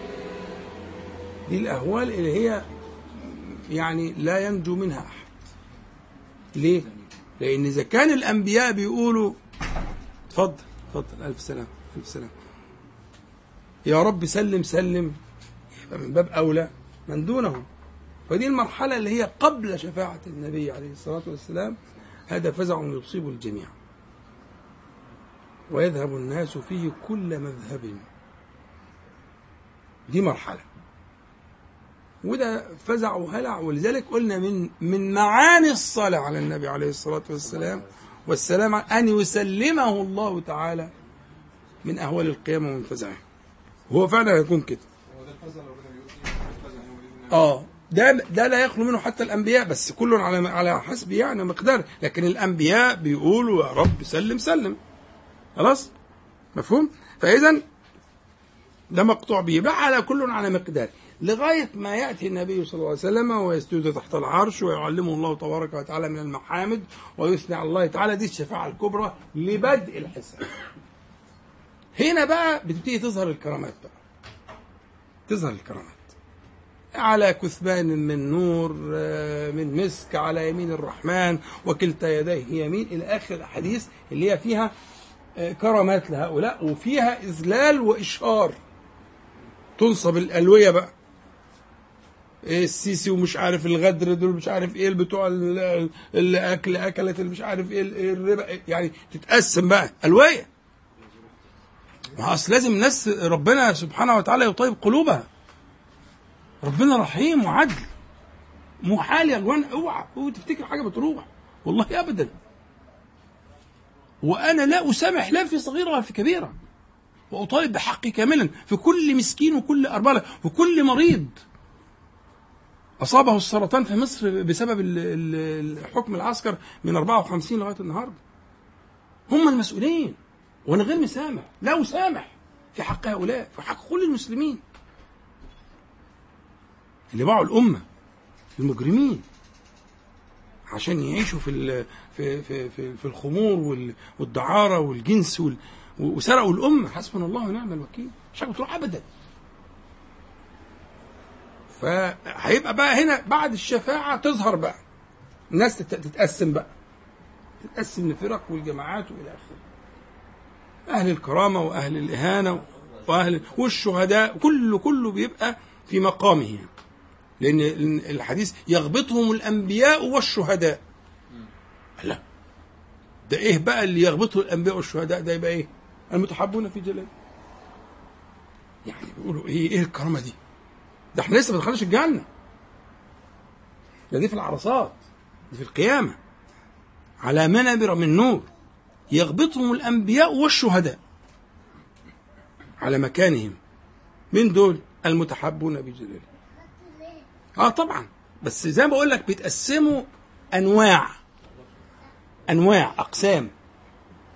دي الأهوال اللي هي يعني لا ينجو منها أحد. ليه؟ لأن إذا كان الأنبياء بيقولوا تفضل تفضل، ألف سلام ألف سلام، يا رب سلم سلم، يبقى من باب أولى من دونهم. فدي المرحلة اللي هي قبل شفاعة النبي عليه الصلاة والسلام. هذا فزع يصيب الجميع ويذهب الناس فيه كل مذهب. دي مرحلة، وده فزع وهلع. ولذلك قلنا من من معاني الصلاة على النبي عليه الصلاة والسلام والسلام أن يسلمه الله تعالى من أهوال القيامة ومن فزعه. هو فعلا هيكون كده. اه ده ده لا يخلو منه حتى الأنبياء، بس كل على على حسب يعني مقدار. لكن الأنبياء بيقولوا يا رب سلم سلم، خلاص مفهوم. فإذا ده مقطوع به بقى، على كل على مقدار، لغاية ما يأتي النبي صلى الله عليه وسلم ويسجد تحت العرش ويعلمه الله تبارك وتعالى من المحامد ويثني على الله تعالى. دي الشفاعة الكبرى لبدء الحساب. هنا بقى بتبتدي تظهر الكرامات بقى، تظهر الكرامات على كثبان من نور من مسك على يمين الرحمن وكلتا يديه يمين إلى آخر الأحاديث اللي هي فيها كرامات لهؤلاء، وفيها إذلال وإشهار. تنصب الألوية بقى، إيه السيسي ومش عارف الغدر دول مش عارف ايه بتوع الاكل اكلت اللي مش عارف ايه الربا، يعني تتقسم بقى الويه. ما اصل لازم الناس ربنا سبحانه وتعالى يطيب قلوبها. ربنا رحيم وعدل، محال يا اخوان، اوعى اوعى تفتكر حاجه بتروح، والله ابدا. وانا لا اسامح لا في صغيره ولا في كبيره، واطالب بحقي كاملا في كل مسكين وكل ارمله وكل مريض أصابه السرطان في مصر بسبب الحكم العسكر من أربعة وخمسين لغاية النهاردة. هم المسؤولين، وأنا غير مسامح، لا أسامح في حق هؤلاء، في حق كل المسلمين اللي باعوا الأمة، المجرمين، عشان يعيشوا في في في في, في الخمور والدعارة والجنس وسرقوا الأمة. حسبنا الله ونعم الوكيل، مش حاجة بتروح أبدا. فهيبقى بقى هنا بعد الشفاعة تظهر بقى الناس تتقسم بقى، تتقسم لفرق والجماعات وإلى آخره. أهل الكرامة وأهل الإهانة وأهل والشهداء، كله كله بيبقى في مقامه، لأن الحديث يغبطهم الأنبياء والشهداء. لا ده إيه بقى اللي يغبطه الأنبياء والشهداء؟ ده يبقى إيه؟ المتحبون في جلال. يعني بيقولوا إيه إيه الكرامة دي؟ ده احنا لسه ما دخلناش الجنة، ده دي في العرصات، دي في القيامة على منابر من نور يغبطهم الأنبياء والشهداء على مكانهم. من دول المتحبون بجلال. اه طبعا، بس زي ما بقول لك بيتقسموا أنواع أنواع أقسام.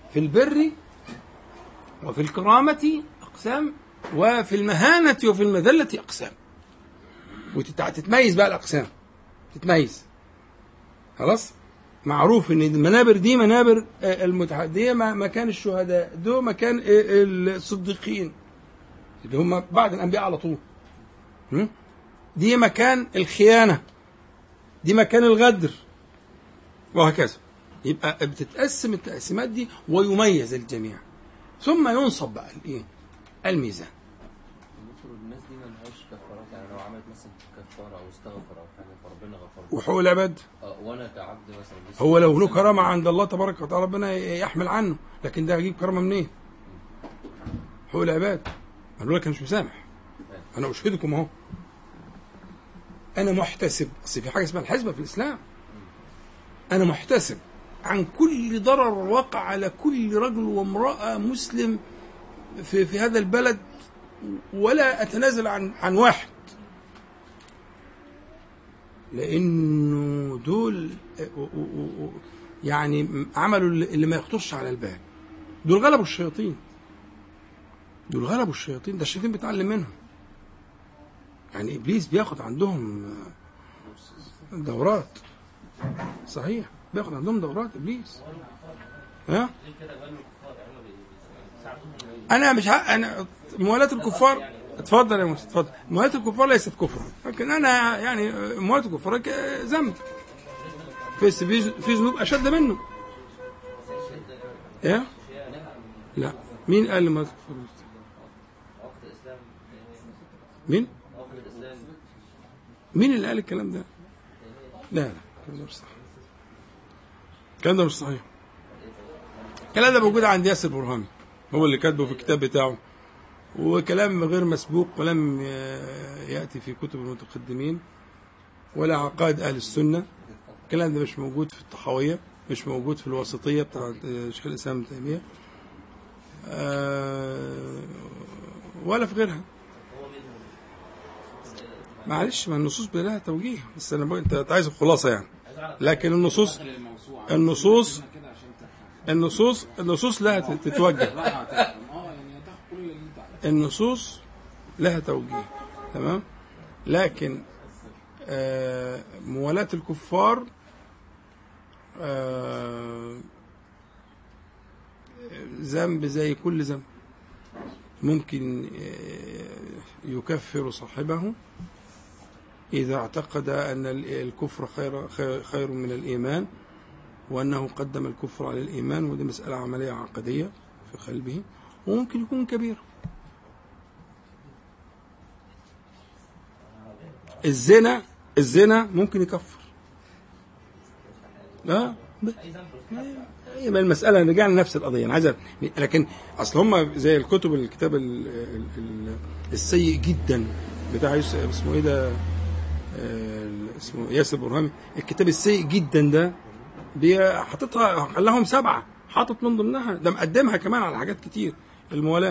في البر وفي الكرامة أقسام، وفي المهانة وفي المذلة أقسام. وتتميز بقى الأقسام، تتميز خلاص. معروف ان المنابر دي منابر المتحدية مكان الشهداء، دول مكان الصديقين اللي هم بعد الأنبياء على طول. دي مكان الخيانة، دي مكان الغدر، وهكذا. يبقى بتتقسم التقسيمات دي ويميز الجميع، ثم ينصب بقى الايه؟ الميزان. الناس دي ما لهاش كفارات، يعني لو عملت مثلا كفاره او استغفر او حاجه فربنا غفر له. وحقوق العباد اه وانا كعبد مثلا هو لو له كرامه عند الله تبارك وتعالى ربنا يحمل عنه، لكن ده هيجيب كرامه منين؟ حقوق العباد. قالوا لك انا مش مسامح، انا اشهدكم اهو انا محتسب. اصل في حاجه اسمها الحسبه في الاسلام. انا محتسب عن كل ضرر وقع على كل رجل وامراه مسلم في في هذا البلد، ولا اتنازل عن عن واحد، لانه دول يعني عملوا اللي ما يخطرش على البال. دول غلبوا الشياطين، دول غلبوا الشياطين. ده الشياطين بيتعلم منهم. يعني ابليس بياخد عندهم دورات، صحيح بياخد عندهم دورات ابليس. ها انا مش ه... انا موالاه الكفار، اتفضل يا موسى اتفضل. موالاه الكفار ليست كفرا، لكن انا يعني موالاه الكفار ذنب، في في ذنوب اشد منه. ايه لا، مين قال موالاه الكفار؟ مين مين اللي قال الكلام ده؟ لا لا الكلام ده مش صح، الكلام ده مش صحيح. الكلام ده موجود عند ياسر برهامي، هو اللي كاتبه في الكتاب بتاعه، وكلام غير مسبوق ولم يأتي في كتب المتقدمين ولا عقائد أهل السنة. الكلام ده مش موجود في الطحاوية، مش موجود في الوسطية بتاع شيخ الإسلام ابن تيمية، ولا في غيرها. معلش، ما النصوص لها توجيه، بس انا بقول انت عايز الخلاصه يعني. لكن النصوص النصوص النصوص النصوص لها تتوجه، النصوص لها توجيه، تمام. لكن آه موالاة الكفار آه ذنب زي كل ذنب، ممكن آه يكفر صاحبه إذا اعتقد أن الكفر خير, خير من الإيمان، وأنه قدم الكفر على الإيمان، ودي مسألة عملية عقدية في قلبه، وممكن يكون كبير. الزنا الزنا ممكن يكفر، لا يبقى المسألة رجعنا لنفس القضية. أنا عايز، لكن أصل هم زي الكتب، الكتاب السيء جدا بتاع اسمه إيه ده، اسمه ياسر برهامي، الكتاب السيء جدا ده حاططها، خلاهم سبعة، حاطط من ضمنها ده مقدمها كمان على حاجات كتير. الموالاة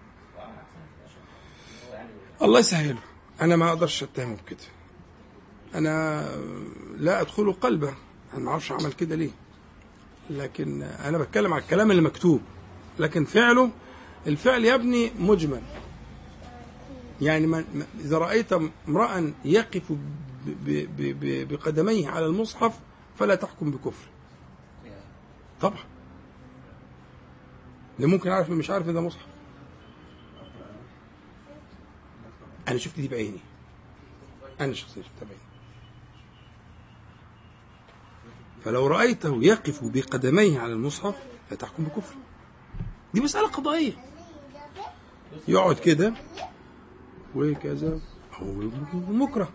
الله يسهله، أنا ما أقدرش أتهمه بكده، أنا لا أدخل قلبه، أنا ما أعرفش عمل كده ليه، لكن أنا بتكلم على الكلام اللي مكتوب. لكن فعله، الفعل يا ابني مجمل. يعني من إذا رأيت امرأ يقف بقدميه على المصحف فلا تحكم بكفر طبعا، اللي ممكن عارف مش عارف إذا مصحف. أنا شفت دي بعيني، أنا شخصيا شفتها بعيني. فلو رأيته يقف بقدميه على المصحف لا تحكم بكفر، دي مسألة قضائية. يقعد كده وكذا، هو مكره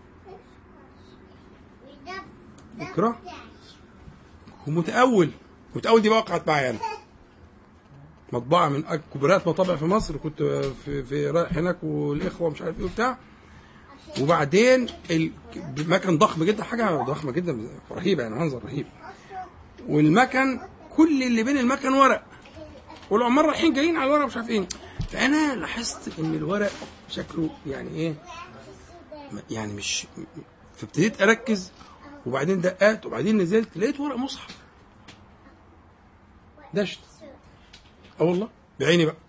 مكره ومتأول. متأول دي وقعت معايا أنا، مطبعة من كبريات مطابع في مصر، كنت في, في رايح هناك والإخوة مش عارف إيه وبتاع، وبعدين المكن ضخم جدا، حاجة ضخمة جدا رهيبة، يعني منظر رهيب، والمكن كل اللي بين المكن ورق، والعمال رايحين جايين على الورق مش عارف ايه. فأنا لاحظت إن الورق شكله يعني إيه، يعني مش، فابتديت أركز، وبعدين دقات، وبعدين نزلت لقيت ورق مصحف دشت اه والله بعيني بقى.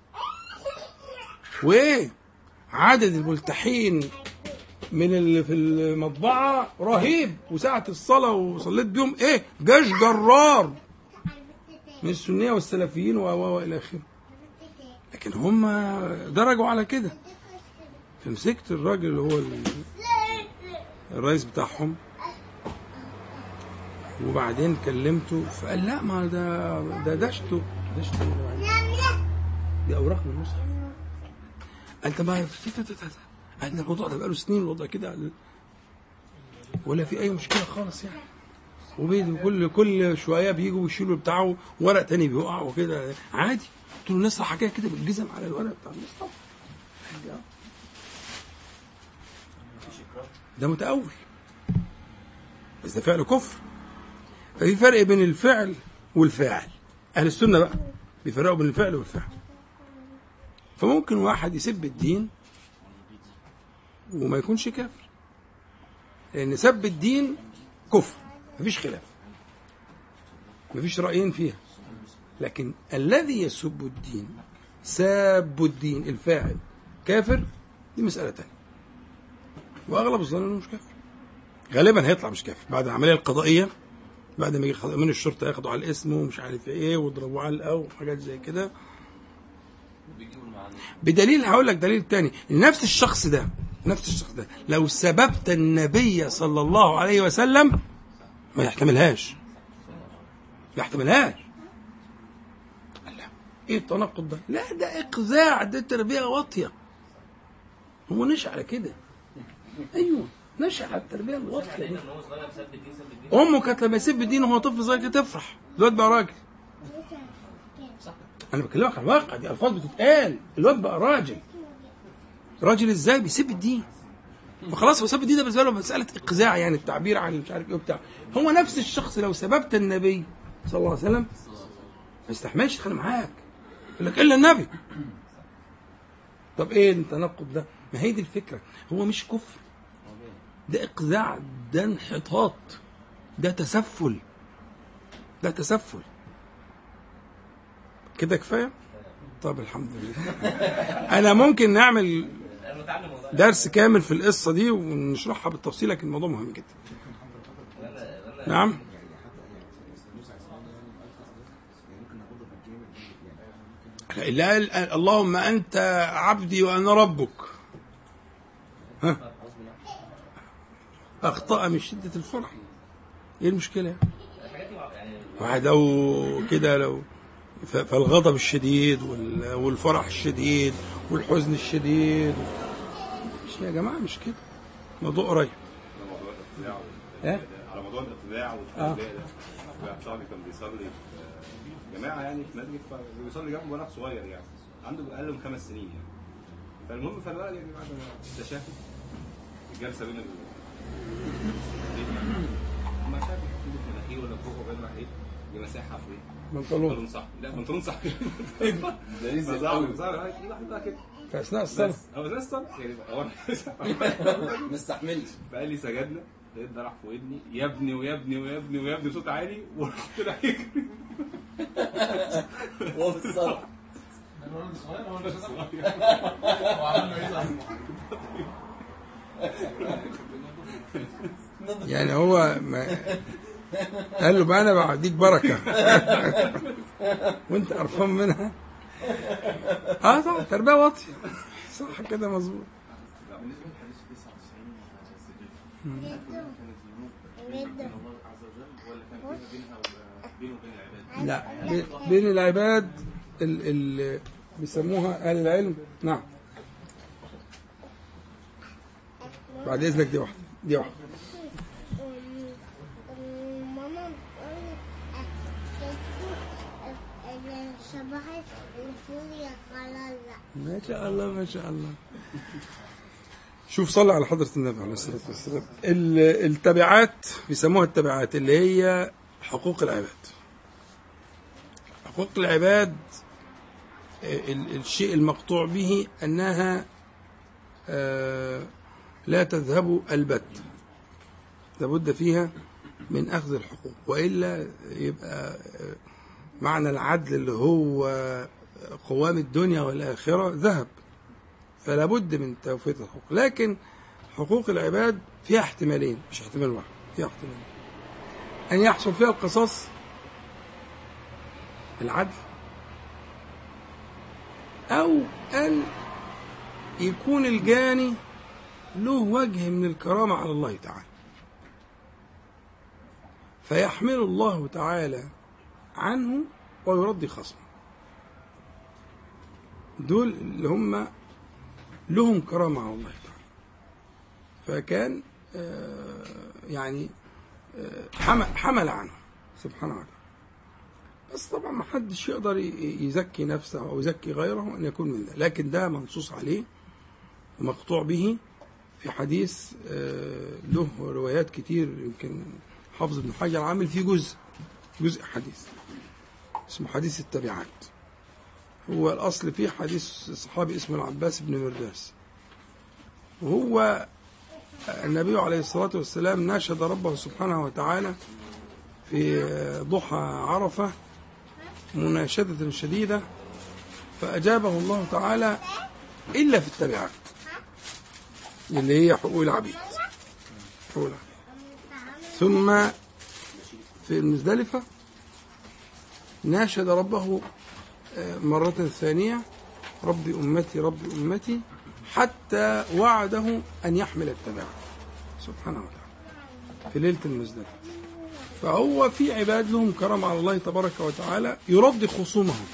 وايه عدد الملتحين من اللي في المطبعه رهيب، وساعه الصلاه وصليت بيهم ايه جيش جرار من السنيه والسلفيين و الى اخره. لكن هم درجوا على كده. فمسكت الراجل اللي هو الرئيس بتاعهم وبعدين كلمته فقال لا ما ده ده دشته دشته دي اوراق من المصحف. انت ما انت الموضوع ده بقاله سنين الوضع كده ولا في اي مشكله خالص يعني. وبيد كل كل شويه بيجوا يشيلوا بتاعه ورق تاني بيقع وكده عادي. قلت له الناس حكايه كده بالجزم على الورق بتاع المصحف. ده متأول بس ده فعل كفر. ففي فرق بين الفعل والفاعل. أهل السنة بقى بيفرقوا بين الفعل والفعل. فممكن واحد يسب الدين وما يكونش كافر، لأن سب الدين كفر مفيش خلاف، مفيش رأيين فيها. لكن الذي يسب الدين ساب الدين الفاعل كافر، دي مسألة تانية. واغلب الظن انه مش كافر، غالبا هيطلع مش كافر بعد العمليه القضائيه، بعد ما يجي من الشرطه ياخدوا على الاسم ومش عارف ايه ويضربوا علقه وحاجات زي كده. بدليل هقول لك دليل تاني، نفس الشخص ده نفس الشخص ده لو سببت النبي صلى الله عليه وسلم ما يحتملهاش ما يحتملهاش لا ايه التناقض ده؟ لا ده اقذاع، ده تربيه واطيه. هو نشأ على كده. ايوه نشأ على التربيه الواطيه دي. امه كانت لما يسب الدين وهو طفل صغير كده تفرح، الواد بقى راجل. انا بكلمك عن الواقع، دي الفاظ بتتقال. الواد بقى راجل. راجل ازاي؟ بيسب الدين. فخلاص هو سب الدين ده بالنسبه له مساله اقزاع، يعني التعبير عن مش عارف ايه وبتاع. هو نفس الشخص لو سببت النبي صلى الله عليه وسلم ما يستحملش يتخانق معاك، يقول لك الا النبي. طب ايه التناقض ده؟ ما هي دي الفكره. هو مش كفر، ده اقزاع، ده انحطاط، ده تسفل، ده تسفل. كده كفايه؟ طب الحمد لله. انا ممكن نعمل درس كامل في القصه دي ونشرحها بالتفصيل، لكن الموضوع مهم جدا. نعم. اللي قال اللهم انت عبدي وانا ربك، ها اخطأ من شده الفرح. ايه المشكله؟ واحد لو كده لو فالغضب الشديد والفرح الشديد والحزن الشديد، مش يا جماعه مش كده. موضوع قريب على موضوع الابتداع والتربيه ده. واحد صاحبي كان بيصلي في جماعه يعني في مسجد، فبيصلي جنبه ولد صغير يعني عنده اقل من خمس سنين يعني. فالمهم فالولد يعني بعد ما تشافى الجلسه بين ما شاف مناخيره ولا فوق وبين راح ايه يمسحها في بنطلون صح. لا بنطلون صح. ده لسه قوي صح كده في اثناء الصلاه. اه اثناء الصلاه يعني هو ما استحملش. فقال لي سجدنا لقيت ده راح في ودني يا ابني ويا ابني ويا ابني ويا ابني بصوت عالي، ورحت طلع يجري. هو في الصلاه الولد صغير هو لسه صغير وعمل له ايه؟ يعني هو ما قال له بقى انا بعديك بركه وانت قرفان منها. اه طبعا تربيه واطيه صح كده مظبوط. بالنسبه للحديث تسعة وتسعين سجدة كانت ذنوب بين الله عز وجل ولا كان فيها بينها وبين العباد؟ لا بين العباد اللي بيسموها اهل العلم. نعم بعد اذنك دي واحده دي واحده. ما شاء الله ما شاء الله. شوف صلى على حضرة النبي عليه الصلاة والسلام. التبعات بيسموها التبعات اللي هي حقوق العباد. حقوق العباد الشيء المقطوع به أنها لا تذهب البت، لابد فيها من أخذ الحقوق، وإلا يبقى معنى العدل اللي هو قوام الدنيا والآخرة ذهب، فلا بد من توفية الحقوق. لكن حقوق العباد فيها احتمالين، مش احتمال واحد، فيها احتمالين: أن يحصل فيها القصاص، العدل، أو أن يكون الجاني له وجه من الكرامة على الله تعالى، فيحمل الله تعالى عنه ويرضي خصمه. دول اللي هم لهم كرامة على الله تعالى. فكان يعني حمل عنه سبحانه وتعالى. بس طبعا ما حدش يقدر يزكي نفسه أو يزكي غيره أن يكون من ده، لكن ده منصوص عليه ومقطوع به في حديث له روايات كتير. يمكن حافظ ابن حجر عامل فيه جزء جزء حديث اسمه حديث التبعات. هو الأصل فيه حديث صحابي اسمه العباس بن مرداس، وهو النبي عليه الصلاة والسلام ناشد ربه سبحانه وتعالى في ضحى عرفة مناشدة شديدة، فأجابه الله تعالى إلا في التبعات اللي هي حقوق العبيد. حقوق العبيد. ثم في المزدلفة ناشد ربه مرة ثانية: ربي أمتي ربي أمتي، حتى وعده أن يحمل التبعات سبحانه وتعالى في ليلة المزدلفة. فهو في عباد لهم كرم على الله تبارك وتعالى يرضي خصومهم،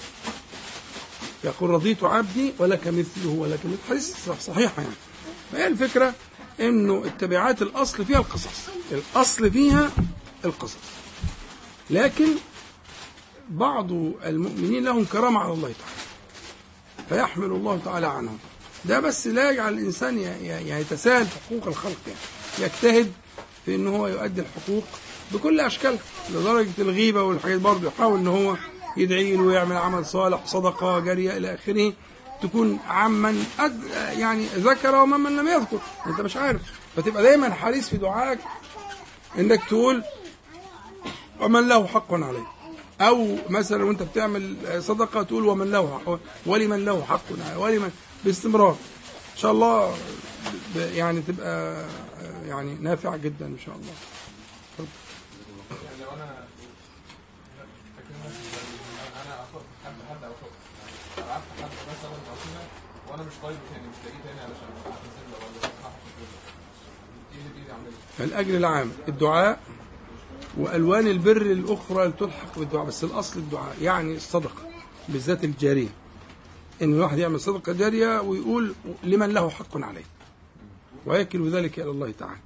يقول: رضيت عبدي ولك مثله ولك مثله. حديث صحيحة يعني. فهي الفكرة إنه التبعات الأصل فيها القصص، الأصل فيها القصص، لكن بعض المؤمنين لهم كرامة على الله تعالى فيحمل الله تعالى عنهم. ده بس لا يجعل الإنسان يتساهل في حقوق الخلق، يعني يجتهد في إنه هو يؤدي الحقوق بكل أشكالها، لدرجة الغيبة والحاجات برضه يحاول إنه هو يدعي له ويعمل عمل صالح، صدقة جارية إلى آخره، تكون عمن يعني ذكر ومن لم يذكر، أنت مش عارف، فتبقى دايما حريص في دعائك إنك تقول ومن له حق عليه، أو مثلا وأنت بتعمل صدقة تقول ومن له حق ولمن له حق عليه، ولمن، باستمرار إن شاء الله يعني تبقى يعني نافعة جدا إن شاء الله. يعني لو انا فاكر انا اخد حد حد او شخص عرفت حد مثلا او كده وانا مش طيب تاني مش لاقيه تاني علشان اعتذر له ولا اصحح ايه اللي بايدي اعمله؟ الأجر العام الدعاء، وألوان البر الأخرى اللي تلحق بالدعاء، بس الأصل الدعاء. يعني الصدقة بالذات الجارية، إن الواحد يعمل صدقة جارية ويقول لمن له حق عليه ويكل ذلك إلى الله تعالى.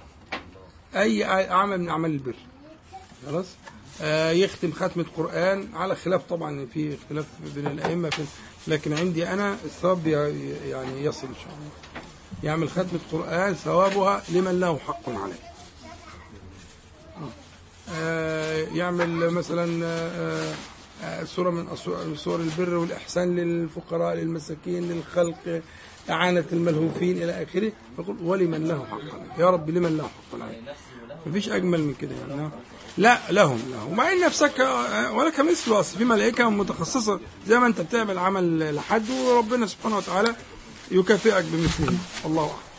أي عمل من أعمال البر خلاص. آه يختم ختمة قرآن، على خلاف طبعا، في اختلاف بين الأئمة، لكن عندي أنا الثواب يعني يصل إن شاء الله. يعمل ختمة قرآن ثوابها لمن له حق عليه. آه يعمل مثلا آه آه سورة من سور البر والإحسان للفقراء للمساكين للخلق، إعانة الملهوفين إلى آخره، فقل ولمن له حق عليه، يا رب لمن له حق عليه. مفيش أجمل من كده يعني. لا لهم لهم ومع إن نفسك ولك مثله، أصل في ملائكة متخصصة زي ما أنت بتعمل عمل لحد وربنا سبحانه وتعالى يكافئك بمثله. الله أعلم.